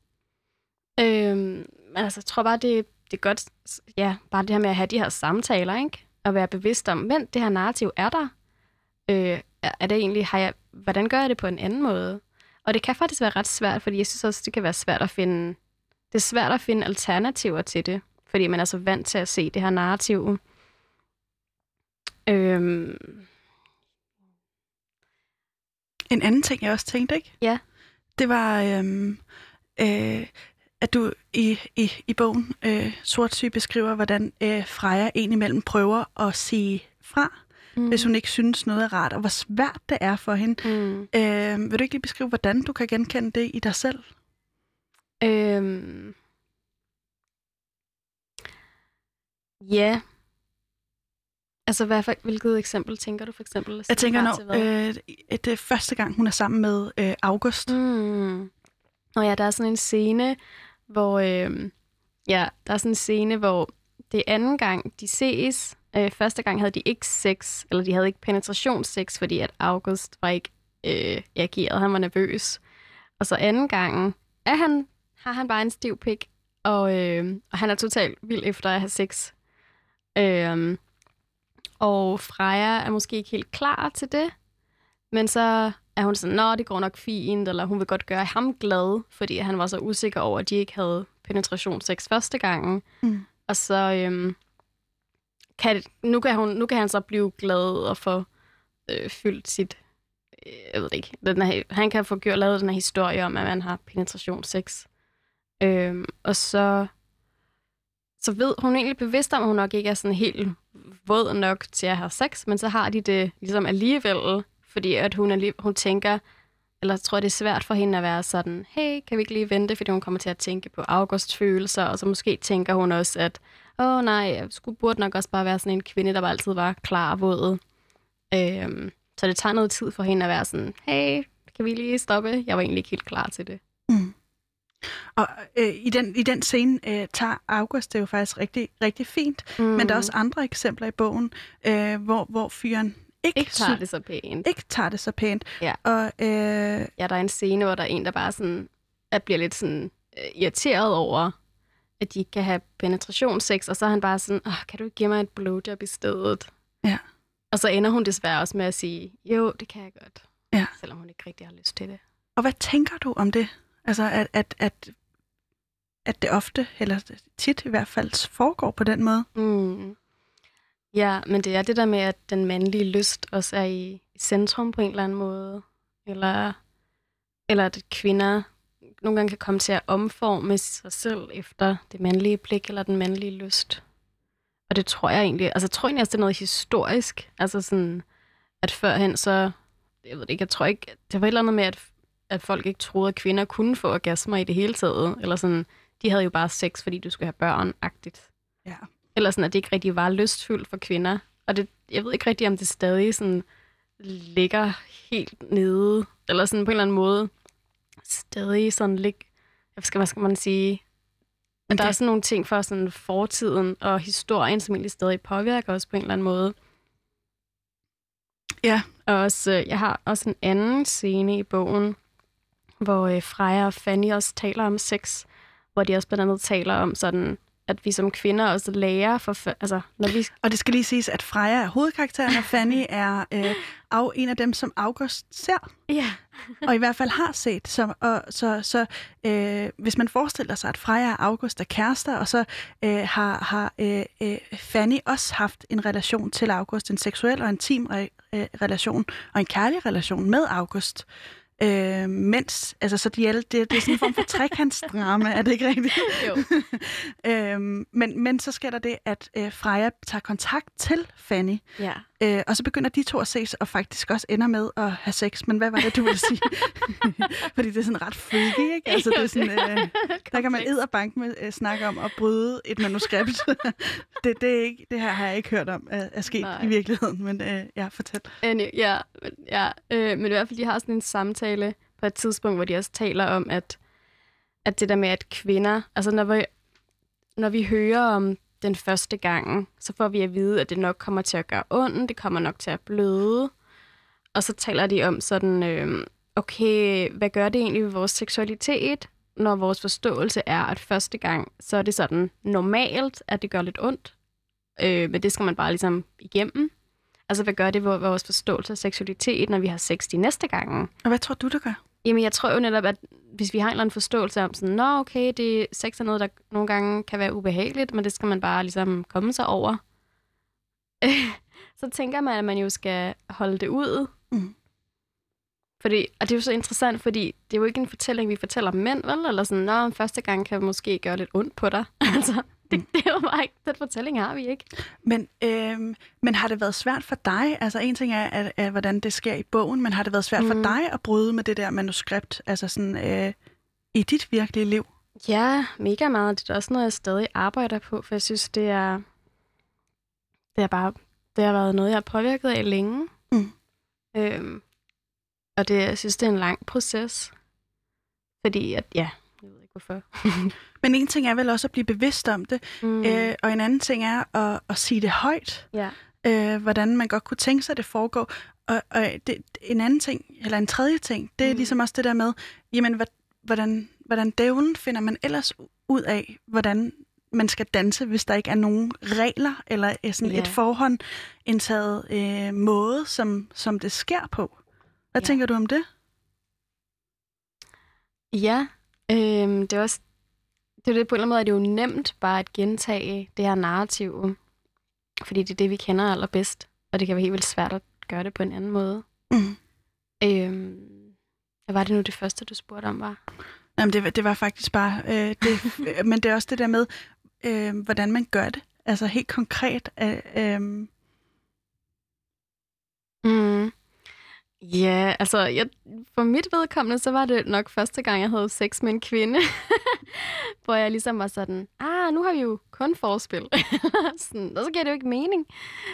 Men altså, jeg tror bare, det er godt, ja, bare det her med at have de her samtaler, ikke? At være bevidst om, men det her narrativ er der. Er det egentlig, hvordan gør jeg det på en anden måde? Og det kan faktisk være ret svært, fordi jeg synes også, det kan være svært at finde alternativer til det, fordi man er så vant til at se det her narrativ. En anden ting, jeg også tænkte, ikke? Ja. Det var, at du i bogen Sortsyge beskriver, hvordan Freja indimellem prøver at sige fra, hvis hun ikke synes noget er rart, og hvor svært det er for hende. Vil du ikke lige beskrive, hvordan du kan genkende det i dig selv? Ja. Altså, hvilket eksempel tænker du for eksempel? Jeg tænker, når det er første gang, hun er sammen med August. Og ja, der er sådan en scene, hvor det er anden gang, de ses. Første gang havde de ikke sex, eller de havde ikke penetrationssex, fordi at August var ikke ageret, han var nervøs. Og så anden gangen har han bare en stiv pik, og han er totalt vild efter at have sex. Og Freja er måske ikke helt klar til det, men så er hun sådan, det går nok fint, eller hun vil godt gøre ham glad, fordi han var så usikker over, at de ikke havde penetrationssex første gangen. Og så nu kan han så blive glad og få fyldt sit, jeg ved ikke, han kan få lavet den her historie om, at man har penetrationssex. Og så ved hun egentlig bevidst om, at hun nok ikke er sådan helt våd nok til at have sex, men så har de det ligesom alligevel, fordi at hun tænker, eller jeg tror, det er svært for hende at være sådan, hey, kan vi ikke lige vente, fordi hun kommer til at tænke på Augusts følelser, og så måske tænker hun også, at nej, jeg burde nok også bare være sådan en kvinde, der bare altid var klar og våd. Så det tager noget tid for hende at være sådan, hey, kan vi lige stoppe? Jeg var egentlig ikke helt klar til det. Og i den scene tager August det jo faktisk rigtig, rigtig fint, men der er også andre eksempler i bogen, hvor fyren ikke tager det så pænt. Ikke tager det så pænt. Ja. Og, der er en scene, hvor der er en, der bare sådan, bliver lidt sådan irriteret over, at de ikke kan have penetrationssex, og så er han bare sådan, kan du ikke give mig et blowjob i stedet? Ja. Og så ender hun desværre også med at sige, jo, det kan jeg godt, selvom hun ikke rigtig har lyst til det. Og hvad tænker du om det? Altså, at det ofte, eller tit i hvert fald, foregår på den måde? Ja, men det er det der med, at den mandlige lyst også er i centrum på en eller anden måde. Eller at kvinder nogle gange kan komme til at omforme sig selv efter det mandlige blik eller den mandlige lyst. Og det tror jeg egentlig, også, det er noget historisk. Altså sådan, at førhen så, jeg ved ikke, jeg tror ikke, det var et eller andet med, at folk ikke troede, at kvinder kunne få orgasmer i det hele taget. Eller sådan, de havde jo bare sex, fordi du skulle have børn-agtigt. Ja. Eller sådan, at det ikke rigtig var lystfyldt for kvinder. Og jeg ved ikke rigtig, om det stadig sådan ligger helt nede, eller sådan på en eller anden måde stadig sådan hvad skal man sige? At der er sådan nogle ting for sådan fortiden og historien, som egentlig stadig påvirker os på en eller anden måde. Ja. Og også, jeg har også en anden scene i bogen, hvor Freja og Fanny også taler om sex, hvor de også blandt andet taler om sådan, at vi som kvinder også lærer når vi... Og det skal lige siges, at Freja er hovedkarakteren, og Fanny er en af dem, som August ser. Ja. Og i hvert fald har set. Så hvis man forestiller sig, at Freja og August er kærester, og så har Fanny også haft en relation til August, en seksuel og intim relation, og en kærlig relation med August. Så det er sådan en form for trekantsdrama, er det ikke rigtigt? Jo. Men så sker der det, at Freja tager kontakt til Fanny, og så begynder de to at ses, og faktisk også ender med at have sex. Men hvad var det, du ville sige? Fordi det er sådan ret freaky, ikke? Altså, det er sådan, der kan man edderbank med snakke om at bryde et manuskript. det er ikke, det her har jeg ikke hørt om er sket i virkeligheden, men fortæl. Men i hvert fald, de har sådan en samtale på et tidspunkt, hvor de også taler om, at det der med, at kvinder, altså når vi hører om den første gang, så får vi at vide, at det nok kommer til at gøre ondt, det kommer nok til at bløde, og så taler de om sådan, okay, hvad gør det egentlig ved vores seksualitet, når vores forståelse er, at første gang, så er det sådan normalt, at det gør lidt ondt, men det skal man bare ligesom igennem. Altså, hvad gør det ved vores forståelse af seksualitet, når vi har sex de næste gange? Og hvad tror du, det gør? Jamen, jeg tror jo netop, at hvis vi har en eller anden forståelse om sådan, okay, sex er noget, der nogle gange kan være ubehageligt, men det skal man bare ligesom komme sig over. så tænker man, at man jo skal holde det ud. Fordi, og det er jo så interessant, fordi det er jo ikke en fortælling, vi fortæller om mænd, vel? Eller sådan, første gang kan måske gøre lidt ondt på dig. Altså, det er jo bare ikke, den fortælling har vi ikke. Men har det været svært for dig? Altså, en ting er, at hvordan det sker i bogen, men har det været svært for dig at bryde med det der manuskript, altså sådan, i dit virkelige liv? Ja, mega meget. Det er også noget, jeg stadig arbejder på, for jeg synes, det har været noget, jeg har påvirket af længe. Og jeg synes, det er en lang proces. Fordi, jeg ved ikke hvorfor. Men en ting er vel også at blive bevidst om det, og en anden ting er at sige det højt. Ja. Hvordan man godt kunne tænke sig, at det foregår. Og en anden ting, eller en tredje ting, det er ligesom også det der med, jamen, hvordan dævlen finder man ellers ud af, hvordan man skal danse, hvis der ikke er nogen regler, eller sådan et forhåndindtaget måde, som det sker på. Hvad tænker du om det? Ja, det er også på en eller anden måde, er det jo nemt bare at gentage det her narrativ, fordi det er det, vi kender allerbedst, og det kan være helt vildt svært at gøre det på en anden måde. Hvad var det nu det første, du spurgte om, var? Jamen, det var faktisk bare men det er også det der med, hvordan man gør det. Altså helt konkret. Ja, altså for mit vedkommende, så var det nok første gang, jeg havde sex med en kvinde. Hvor jeg ligesom var sådan, nu har vi jo kun forspil. Sådan, og så giver det jo ikke mening.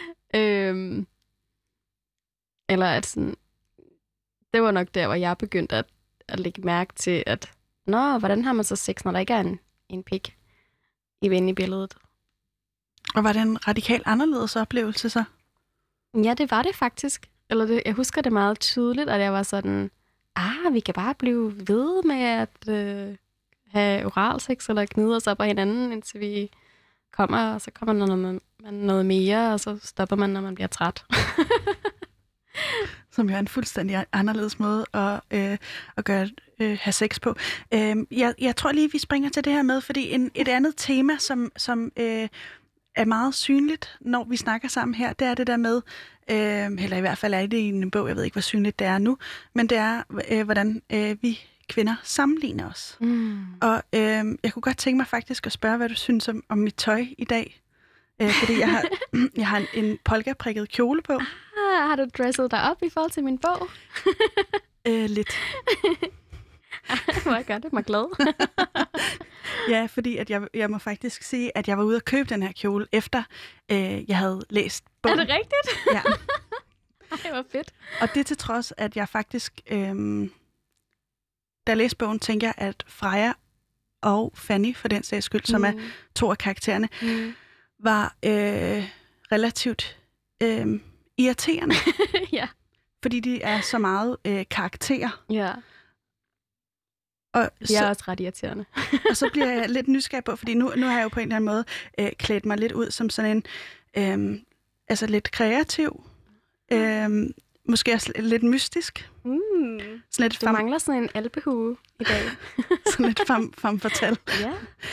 Eller at sådan, det var nok der, hvor jeg begyndte at lægge mærke til, at hvordan har man så sex, når der ikke er en pik inde i billedet? Og var det en radikalt anderledes oplevelse så? Ja, det var det faktisk. Eller jeg husker det meget tydeligt, at jeg var sådan, vi kan bare blive ved med at have oralsex eller gnide os op af hinanden, indtil vi kommer, og så kommer noget mere, og så stopper man, når man bliver træt. Som jo er en fuldstændig anderledes måde at have sex på. Jeg tror lige, vi springer til det her med, fordi et andet tema, som er meget synligt, når vi snakker sammen her, det er det der med, eller i hvert fald er det i en bog, jeg ved ikke, hvor synligt det er nu, men det er, hvordan vi kvinder sammenligner os. Og jeg kunne godt tænke mig faktisk at spørge, hvad du synes om mit tøj i dag. Fordi jeg har en polkaprikket kjole på. Har du dresset dig op i forhold til min bog? Lidt. Hvor gør det mig glad. Ja, fordi at jeg må faktisk sige, at jeg var ude at købe den her kjole, efter jeg havde læst bogen. Er det rigtigt? Ja. Ej, hvor fedt. Og det til trods, at jeg faktisk, da jeg læste bogen, tænker jeg, at Freja og Fanny, for den sags skyld, som er to af karaktererne, var relativt irriterende. Ja. Fordi de er så meget karakterer. Ja. Og jeg er også ret irriterende. Og så bliver jeg lidt nysgerrig på, fordi nu har jeg jo på en eller anden måde klædt mig lidt ud som sådan en, altså lidt kreativ, måske også lidt mystisk. Sådan lidt du mangler sådan en alpehue i dag. Sådan lidt femme fatale. Ja.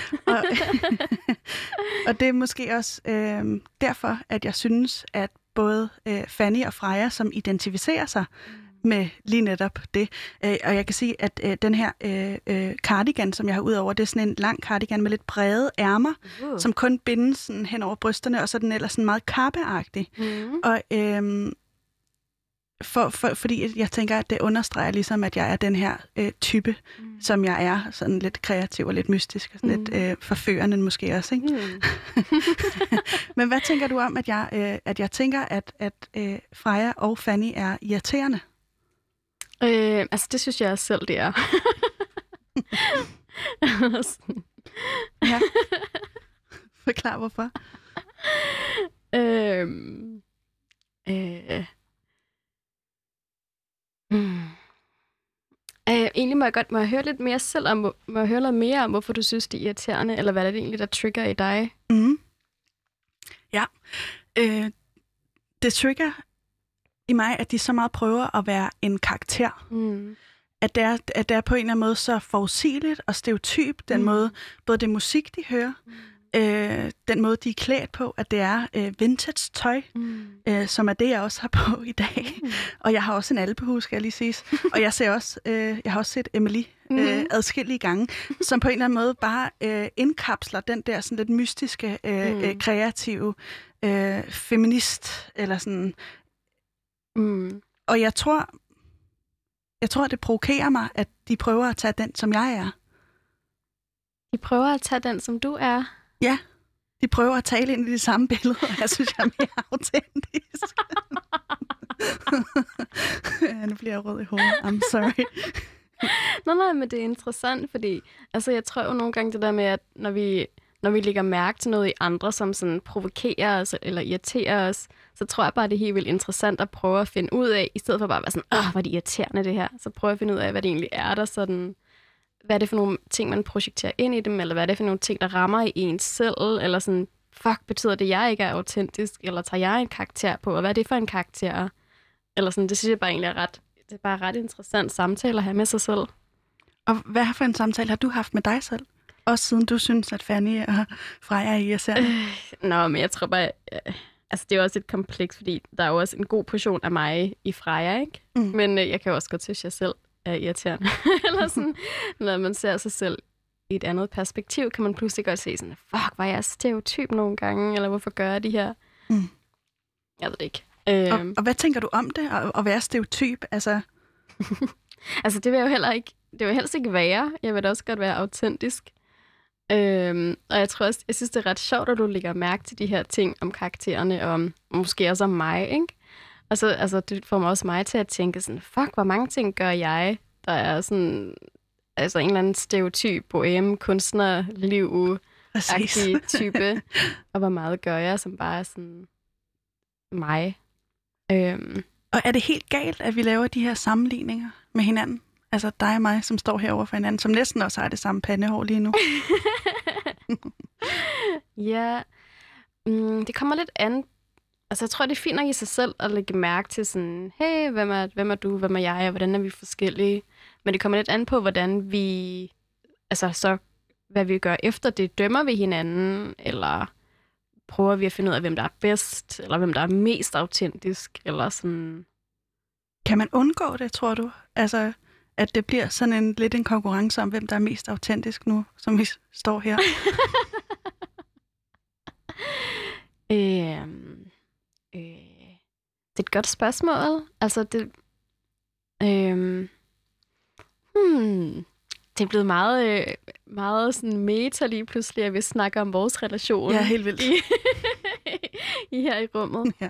Og det er måske også derfor, at jeg synes, at både Fanny og Freja, som identificerer sig med lige netop det. Og jeg kan sige, at den her cardigan, som jeg har udover, det er sådan en lang cardigan med lidt brede ærmer, som kun bindes sådan hen over brysterne, og så er den ellers sådan meget kappeagtig. Og fordi jeg tænker, at det understreger ligesom, at jeg er den her type, som jeg er, sådan lidt kreativ og lidt mystisk, og sådan lidt forførende måske også, ikke? Men hvad tænker du om, at jeg tænker, at Freja og Fanny er irriterende? Altså, det synes jeg også selv, det er. Ja. Forklar, hvorfor. Egentlig må jeg høre lidt mere selv om, hvorfor du synes, det er irriterende, eller hvad er det egentlig, der trigger i dig? Ja. Det trigger i mig, at de så meget prøver at være en karakter. At det er på en eller anden måde så forudsigeligt og stereotyp, den måde, både det musik, de hører, den måde, de er klædt på, at det er vintage tøj, som er det, jeg også har på i dag. Og jeg har også en alpehue, skal jeg lige sige. Og jeg har også set Emily adskillige gange, som på en eller anden måde bare indkapsler den der sådan lidt mystiske, kreative feminist, eller sådan. Og jeg tror, det provokerer mig, at de prøver at tage den, som jeg er. De prøver at tage den, som du er? Ja, de prøver at tale ind i de samme billeder. Jeg synes, jeg er mere autentisk. Nu bliver jeg rød i hovedet. I'm sorry. Nej, men det er interessant, fordi altså, jeg tror jo nogle gange det der med, at når vi lægger mærke til noget i andre, som sådan provokerer os eller irriterer os, så tror jeg bare, det er helt vildt interessant at prøve at finde ud af, i stedet for bare at være sådan, hvor er det irriterende det her, så prøve at finde ud af, hvad det egentlig er der sådan. Hvad er det for nogle ting, man projekterer ind i dem, eller hvad er det for nogle ting, der rammer i ens selv, eller sådan, betyder det, at jeg ikke er autentisk, eller tager jeg en karakter på, og hvad er det for en karakter? Eller sådan, det synes jeg bare egentlig det er bare ret interessant samtale at have med sig selv. Og hvad for en samtale har du haft med dig selv? Også siden du synes, at Fanny og Freja er irriterende? Men jeg tror bare, altså det er også et kompleks, fordi der er jo også en god portion af mig i Freja, ikke? Men jeg kan jo også godt synes, at jeg selv er irriterende. Eller sådan, når man ser sig selv i et andet perspektiv, kan man pludselig godt se sådan, fuck, var jeg stereotyp nogle gange, eller hvorfor gør jeg det her? Jeg ved det ikke. Og hvad tænker du om det, at være stereotyp? Altså det vil jeg jo helst ikke være. Jeg vil da også godt være autentisk. Og jeg tror også, jeg synes, det er ret sjovt, at du lægger mærke til de her ting om karaktererne, og måske også om mig, ikke? Og så altså, det får mig også mig til at tænke sådan, fuck, hvor mange ting gør jeg, der er sådan, altså en eller anden stereotyp, boheme, kunstnerliv-agtig type, og hvor meget gør jeg, som bare er sådan mig. Og er det helt galt, at vi laver de her sammenligninger med hinanden? Altså dig og mig, som står herovre for hinanden, som næsten også har det samme pandehår lige nu. Ja, det kommer lidt an. Altså jeg tror, det er fint nok i sig selv at lægge mærke til sådan, hey, hvem er du, hvem er jeg, og hvordan er vi forskellige? Men det kommer lidt an på, hvordan vi, altså så, hvad vi gør efter det. Dømmer vi hinanden, eller prøver vi at finde ud af, hvem der er bedst, eller hvem der er mest autentisk, eller sådan. Kan man undgå det, tror du? Altså, at det bliver sådan lidt en konkurrence om, hvem der er mest autentisk nu, som vi står her? Det er et godt spørgsmål. Altså, det er blevet meget sådan meta lige pludselig, at vi snakker om vores relation. Ja, helt vildt. I her i rummet. Ja.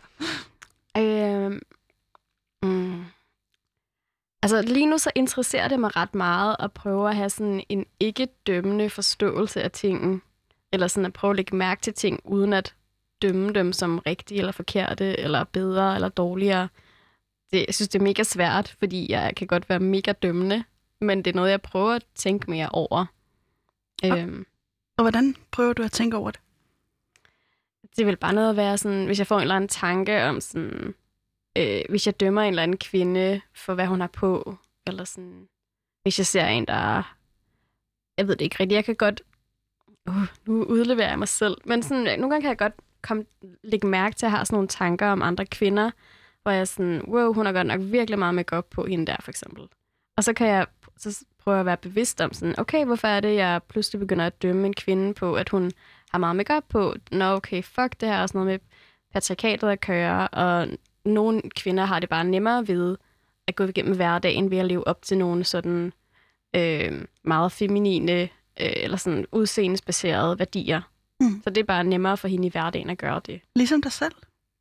Altså lige nu så interesserer det mig ret meget at prøve at have sådan en ikke-dømmende forståelse af tingene. Eller sådan at prøve at lægge mærke til ting, uden at dømme dem som rigtige eller forkerte, eller bedre eller dårligere. Jeg synes, det er mega svært, fordi jeg kan godt være mega dømmende, men det er noget, jeg prøver at tænke mere over. Og hvordan prøver du at tænke over det? Det vil bare noget at være sådan, hvis jeg får en eller anden tanke om sådan, hvis jeg dømmer en eller anden kvinde for, hvad hun har på, eller sådan, hvis jeg ser en, der, jeg ved det ikke rigtigt, jeg kan godt, nu udleverer jeg mig selv, men sådan, nogle gange kan jeg godt lægge mærke til, at jeg har sådan nogle tanker om andre kvinder, hvor jeg sådan, wow, hun har godt nok virkelig meget makeup på, hende der for eksempel. Og så kan jeg så prøve at være bevidst om sådan, okay, hvorfor er det, jeg pludselig begynder at dømme en kvinde på, at hun har meget makeup på? Nå, okay, fuck, det her er også noget med patriarkatet at køre, og nogle kvinder har det bare nemmere ved at gå igennem hverdagen ved at leve op til nogle sådan meget feminine eller sådan udseendesbaserede værdier. Så det er bare nemmere for hende i hverdagen at gøre det. Ligesom dig selv?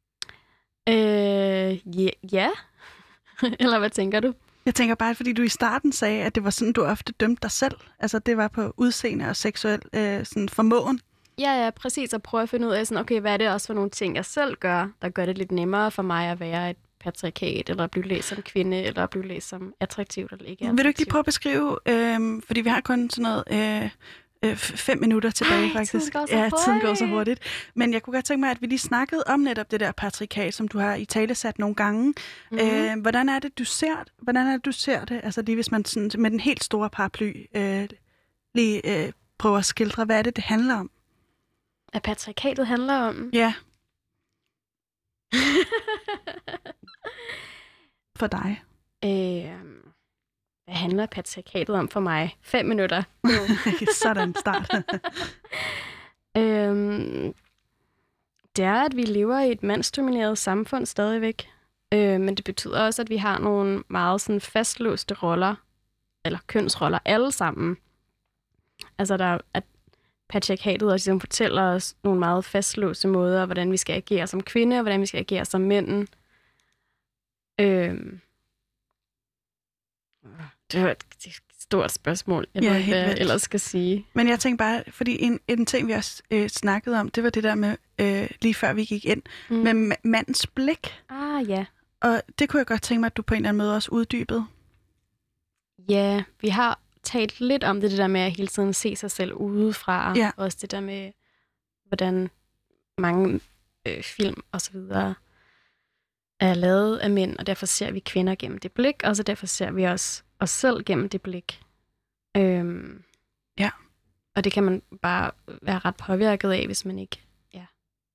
Ja. Eller hvad tænker du? Jeg tænker bare, fordi du i starten sagde, at det var sådan, du ofte dømte dig selv. Altså det var på udseende og seksuel sådan formåen. Ja, præcis. At prøve at finde ud af, sådan, okay, hvad er det også for nogle ting, jeg selv gør, der gør det lidt nemmere for mig at være et patriarkat, eller at blive læst som kvinde, eller at blive læst som attraktivt, eller ikke attraktivt. Vil du ikke lige prøve at beskrive, fordi vi har kun sådan noget 5 minutter tilbage, faktisk. Tiden går så hurtigt. Men jeg kunne godt tænke mig, at vi lige snakkede om netop det der patriarkat, som du har i tale sat nogle gange. Hvordan er det, du ser det? Altså lige hvis man sådan, med den helt store paraply lige prøver at skildre, hvad er det handler om? Hvad patriarkatet handler om? Ja. For dig. Hvad handler patriarkatet om for mig? 5 minutter. Sådan start. Det er, at vi lever i et mandsdomineret samfund stadigvæk. Men det betyder også, at vi har nogle meget sådan fastlåste roller, eller kønsroller, alle sammen. Altså, at patriarkatet også ligesom fortæller os nogle meget fastlåste måder, hvordan vi skal agere som kvinde, og hvordan vi skal agere som mænd. Det var et stort spørgsmål, jeg ved ikke, hvad jeg ellers skal sige. Men jeg tænker bare, fordi en ting, vi også snakkede om, det var det der med, lige før vi gik ind, med mandens blik. Ja. Og det kunne jeg godt tænke mig, at du på en eller anden måde også uddybede. Ja, vi har talt lidt om det der med at hele tiden se sig selv udefra. Ja. Også det der med, hvordan mange film og så videre er lavet af mænd, og derfor ser vi kvinder gennem det blik, og så derfor ser vi også os selv gennem det blik. Ja. Og det kan man bare være ret påvirket af, hvis man ikke... Ja.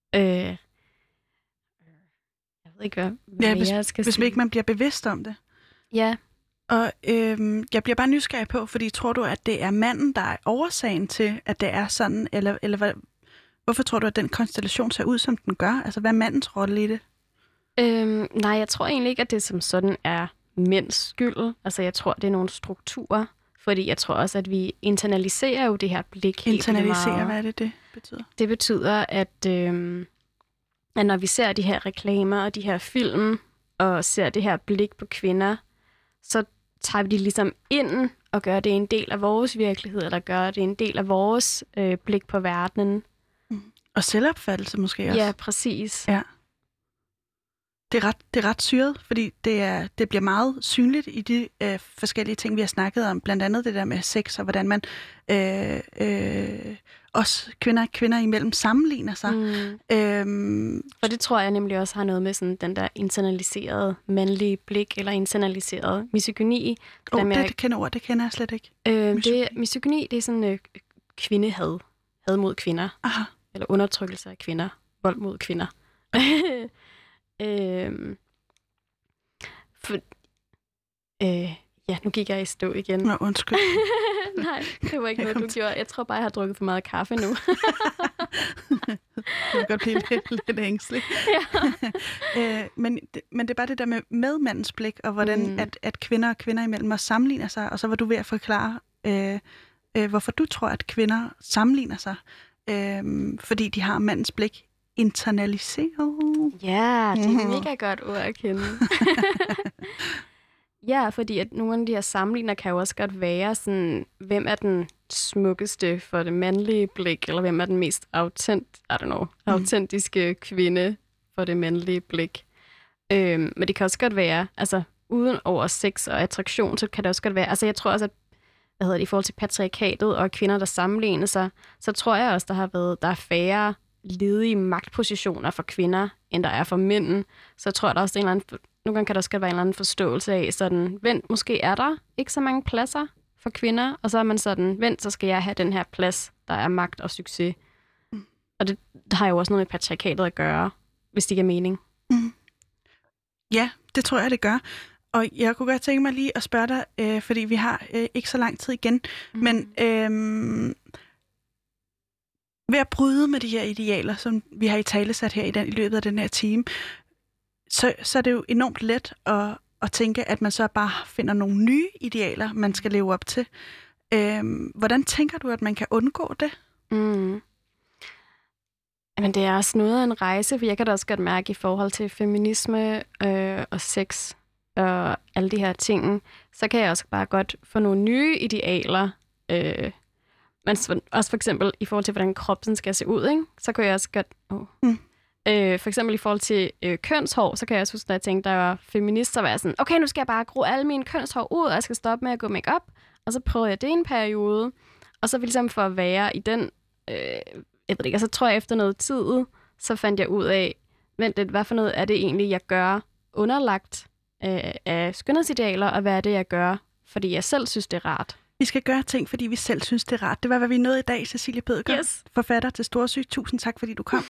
Jeg ved ikke, hvad jeg skal sige. Hvis ikke man bliver bevidst om det. Ja. Og jeg bliver bare nysgerrig på, fordi tror du, at det er manden, der er årsagen til, at det er sådan, eller hvorfor tror du, at den konstellation ser ud, som den gør? Altså, hvad er mandens rolle i det? Nej, jeg tror egentlig ikke, at det som sådan er mænds skyld. Altså, jeg tror, det er nogle strukturer, fordi jeg tror også, at vi internaliserer jo det her blik helt meget. Internaliserer, hvad er det betyder? Det betyder, at når vi ser de her reklamer og de her film, og ser det her blik på kvinder, så tager vi det ligesom ind og gør det en del af vores virkelighed, eller gør det en del af vores blik på verdenen. Og selvopfattelse måske også. Ja, præcis. Ja. Det er ret syret, fordi det bliver meget synligt i de forskellige ting, vi har snakket om. Blandt andet det der med sex, og hvordan man også kvinder imellem sammenligner sig. Og det tror jeg nemlig også har noget med sådan den der internaliserede mandlige blik, eller internaliserede misogyni. Det kender jeg slet ikke. Misogyni, det er sådan kvindehad. Had mod kvinder. Aha. Eller undertrykkelse af kvinder. Vold mod kvinder. Nu gik jeg i stå igen. Nå, undskyld. Nej, det var ikke noget, du gjorde. Jeg tror bare, jeg har drukket for meget kaffe nu. Jeg kan godt blive lidt ængstelig. Ja. Men det er bare det der med mandens blik, og hvordan at kvinder og kvinder imellem os sammenligner sig, og så var du ved at forklare, hvorfor du tror, at kvinder sammenligner sig, fordi de har mandens blik internaliseret. Ja, det er et mega godt ord at kende. Ja, fordi at nogle af de her sammenligner kan jo også godt være sådan, hvem er den smukkeste for det mandlige blik, eller hvem er den mest autentiske kvinde for det mandlige blik. Men det kan også godt være, altså uden over sex og attraktion, så kan det også godt være, altså jeg tror også, at i forhold til patriarkatet og kvinder, der sammenligner sig, så tror jeg også, der er færre ledige magtpositioner for kvinder, end der er for mænd. Så jeg tror, der også nogle gange kan der også være en eller anden forståelse af, sådan, vent, måske er der ikke så mange pladser for kvinder, og så er man sådan, vent, så skal jeg have den her plads, der er magt og succes. Og det har jo også noget med patriarkatet at gøre, hvis det giver mening. Ja, det tror jeg, det gør. Og jeg kunne godt tænke mig lige at spørge dig, fordi vi har ikke så lang tid igen, men ved at bryde med de her idealer, som vi har italesat her i løbet af den her time, så er det jo enormt let at tænke, at man så bare finder nogle nye idealer, man skal leve op til. Hvordan tænker du, at man kan undgå det? Men det er også noget af en rejse, for jeg kan da også godt mærke i forhold til feminisme og sex og alle de her ting, så kan jeg også bare godt få nogle nye idealer. Men også for eksempel i forhold til, hvordan kroppen skal se ud, ikke? Så kan jeg også godt... for eksempel i forhold til kønshår, så kan jeg også huske, når jeg tænkte, da jeg var feminist, så var jeg sådan, okay, nu skal jeg bare gro alle mine kønshår ud, og jeg skal stoppe med at gå make-up. Og så prøvede jeg det en periode, og så ligesom for at være i den... jeg ved ikke, og så tror jeg efter noget tid, så fandt jeg ud af, vent lidt, hvad for noget er det egentlig, jeg gør underlagt af skønhedsidealer, og hvad er det, jeg gør, fordi jeg selv synes, det er rart. Vi skal gøre ting, fordi vi selv synes, det er rart. Det var, hvad vi nåede i dag, Cecilie Bødker, forfatter til Storsyg. Tusind tak, fordi du kom.